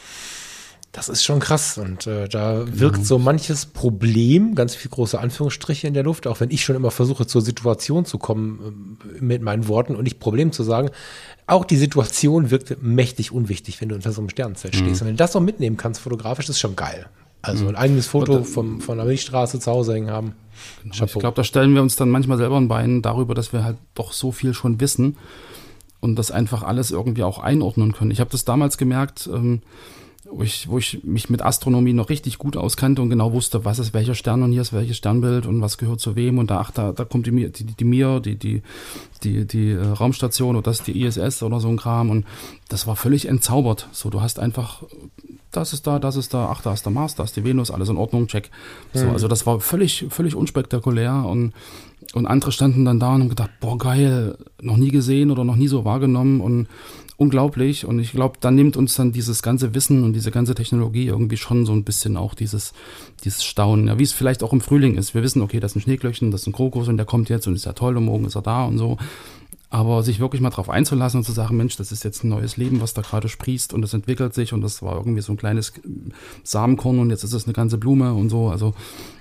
Das ist schon krass. Und äh, da wirkt mhm. so manches Problem, ganz viel große Anführungsstriche in der Luft, auch wenn ich schon immer versuche, zur Situation zu kommen äh, mit meinen Worten und nicht Problem zu sagen. Auch die Situation wirkt mächtig unwichtig, wenn du unter so einem Sternenzelt mhm. stehst. Und wenn du das noch mitnehmen kannst, fotografisch, ist schon geil. Also ein eigenes Foto vom, von der Milchstraße zu Hause hängen haben. Chapeau. Ich glaube, da stellen wir uns dann manchmal selber ein Bein darüber, dass wir halt doch so viel schon wissen und das einfach alles irgendwie auch einordnen können. Ich habe das damals gemerkt, ähm, wo, ich, wo ich mich mit Astronomie noch richtig gut auskannte und genau wusste, was ist welcher Stern und hier ist welches Sternbild und was gehört zu wem und da, ach, da, da kommt die, die, die Mir, die, die, die, die äh, Raumstation oder das ist die I S S oder so ein Kram und das war völlig entzaubert. So, du hast einfach... Das ist da, das ist da, ach, da ist der Mars, da ist die Venus, alles in Ordnung, check. So, mhm. Also das war völlig, völlig unspektakulär und, und andere standen dann da und haben gedacht, boah, geil, noch nie gesehen oder noch nie so wahrgenommen und unglaublich. Und ich glaube, da nimmt uns dann dieses ganze Wissen und diese ganze Technologie irgendwie schon so ein bisschen auch dieses, dieses Staunen, ja, wie es vielleicht auch im Frühling ist. Wir wissen, okay, das ist ein Schneeglöckchen, das ist ein Krokus und der kommt jetzt und ist ja toll und morgen ist er da und so. Aber sich wirklich mal drauf einzulassen und zu sagen, Mensch, das ist jetzt ein neues Leben, was da gerade sprießt und das entwickelt sich und das war irgendwie so ein kleines Samenkorn und jetzt ist es eine ganze Blume und so. Also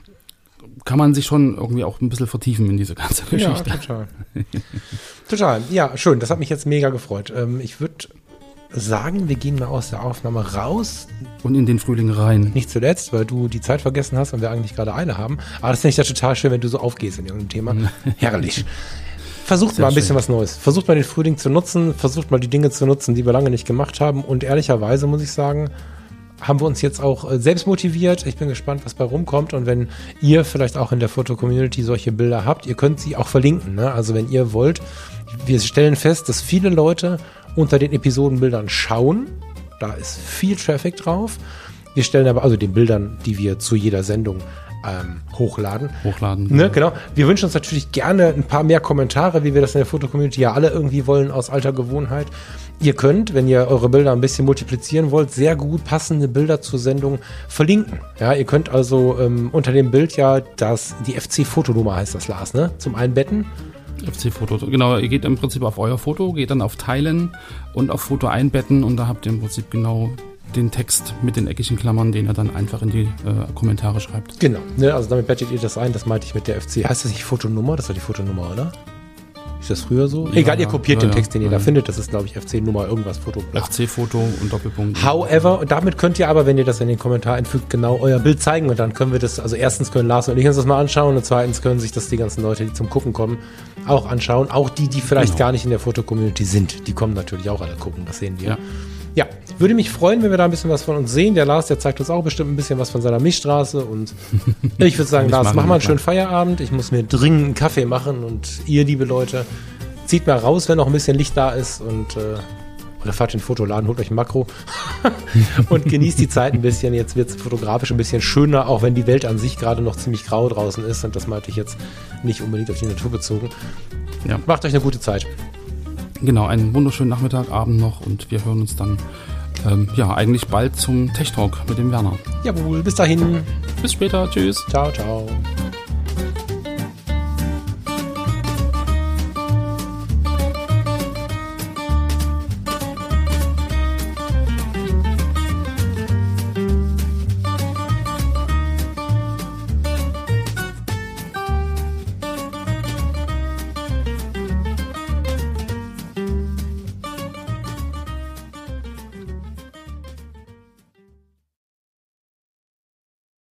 kann man sich schon irgendwie auch ein bisschen vertiefen in diese ganze Geschichte. Ja, total. Total. Ja, schön. Das hat mich jetzt mega gefreut. Ähm, ich würde sagen, wir gehen mal aus der Aufnahme raus. Und in den Frühling rein. Nicht zuletzt, weil du die Zeit vergessen hast und wir eigentlich gerade eine haben. Aber das finde ich ja total schön, wenn du so aufgehst in irgendeinem Thema. Herrlich. Versucht Sehr mal ein bisschen schön. was Neues. Versucht mal den Frühling zu nutzen. Versucht mal die Dinge zu nutzen, die wir lange nicht gemacht haben. Und ehrlicherweise muss ich sagen, haben wir uns jetzt auch selbst motiviert. Ich bin gespannt, was bei rumkommt. Und wenn ihr vielleicht auch in der Foto-Community solche Bilder habt, ihr könnt sie auch verlinken. Ne? Also wenn ihr wollt, wir stellen fest, dass viele Leute unter den Episodenbildern schauen. Da ist viel Traffic drauf. Wir stellen aber also den Bildern, die wir zu jeder Sendung Ähm, hochladen. Hochladen. Ne, ja. Genau. Wir wünschen uns natürlich gerne ein paar mehr Kommentare, wie wir das in der Foto-Community ja alle irgendwie wollen, aus alter Gewohnheit. Ihr könnt, wenn ihr eure Bilder ein bisschen multiplizieren wollt, sehr gut passende Bilder zur Sendung verlinken. Ja, ihr könnt also ähm, unter dem Bild ja das, die F C-Fotonummer heißt das, Lars, ne? Zum Einbetten. F C-Foto, genau. Ihr geht im Prinzip auf euer Foto, geht dann auf Teilen und auf Foto einbetten und da habt ihr im Prinzip genau den Text mit den eckigen Klammern, den er dann einfach in die äh, Kommentare schreibt. Genau, ne, also damit bettet ihr das ein, das meinte ich mit der F C. Heißt das nicht Fotonummer? Das war die Fotonummer, oder? Ist das früher so? Ja, Egal, ihr kopiert ja, den Text, den ihr ja. da findet. Das ist, glaube ich, F C-Nummer, irgendwas, Foto. Bla. F C-Foto und Doppelpunkt. However, und damit könnt ihr aber, wenn ihr das in den Kommentar einfügt, genau euer Bild zeigen und dann können wir das, also erstens können Lars und ich uns das mal anschauen und zweitens können sich das die ganzen Leute, die zum Gucken kommen, auch anschauen. Auch die, die vielleicht genau. gar nicht in der Foto-Community sind. Die kommen natürlich auch alle gucken, das sehen wir. Ja. Ja, würde mich freuen, wenn wir da ein bisschen was von uns sehen. Der Lars, der zeigt uns auch bestimmt ein bisschen was von seiner Milchstraße. Und ich würde sagen, Lars, mach mal einen schönen Feierabend. Ich muss mir dringend einen Kaffee machen. Und ihr, liebe Leute, zieht mal raus, wenn noch ein bisschen Licht da ist. Und äh, Oder fahrt in den Fotoladen, holt euch ein Makro und genießt die Zeit ein bisschen. Jetzt wird es fotografisch ein bisschen schöner, auch wenn die Welt an sich gerade noch ziemlich grau draußen ist. Und das meinte ich jetzt nicht unbedingt auf die Natur bezogen. Ja. Macht euch eine gute Zeit. Genau, einen wunderschönen Nachmittag, Abend noch und wir hören uns dann ähm, ja eigentlich bald zum Tech Talk mit dem Werner. Jawohl, bis dahin. Bis später, tschüss. Ciao, ciao.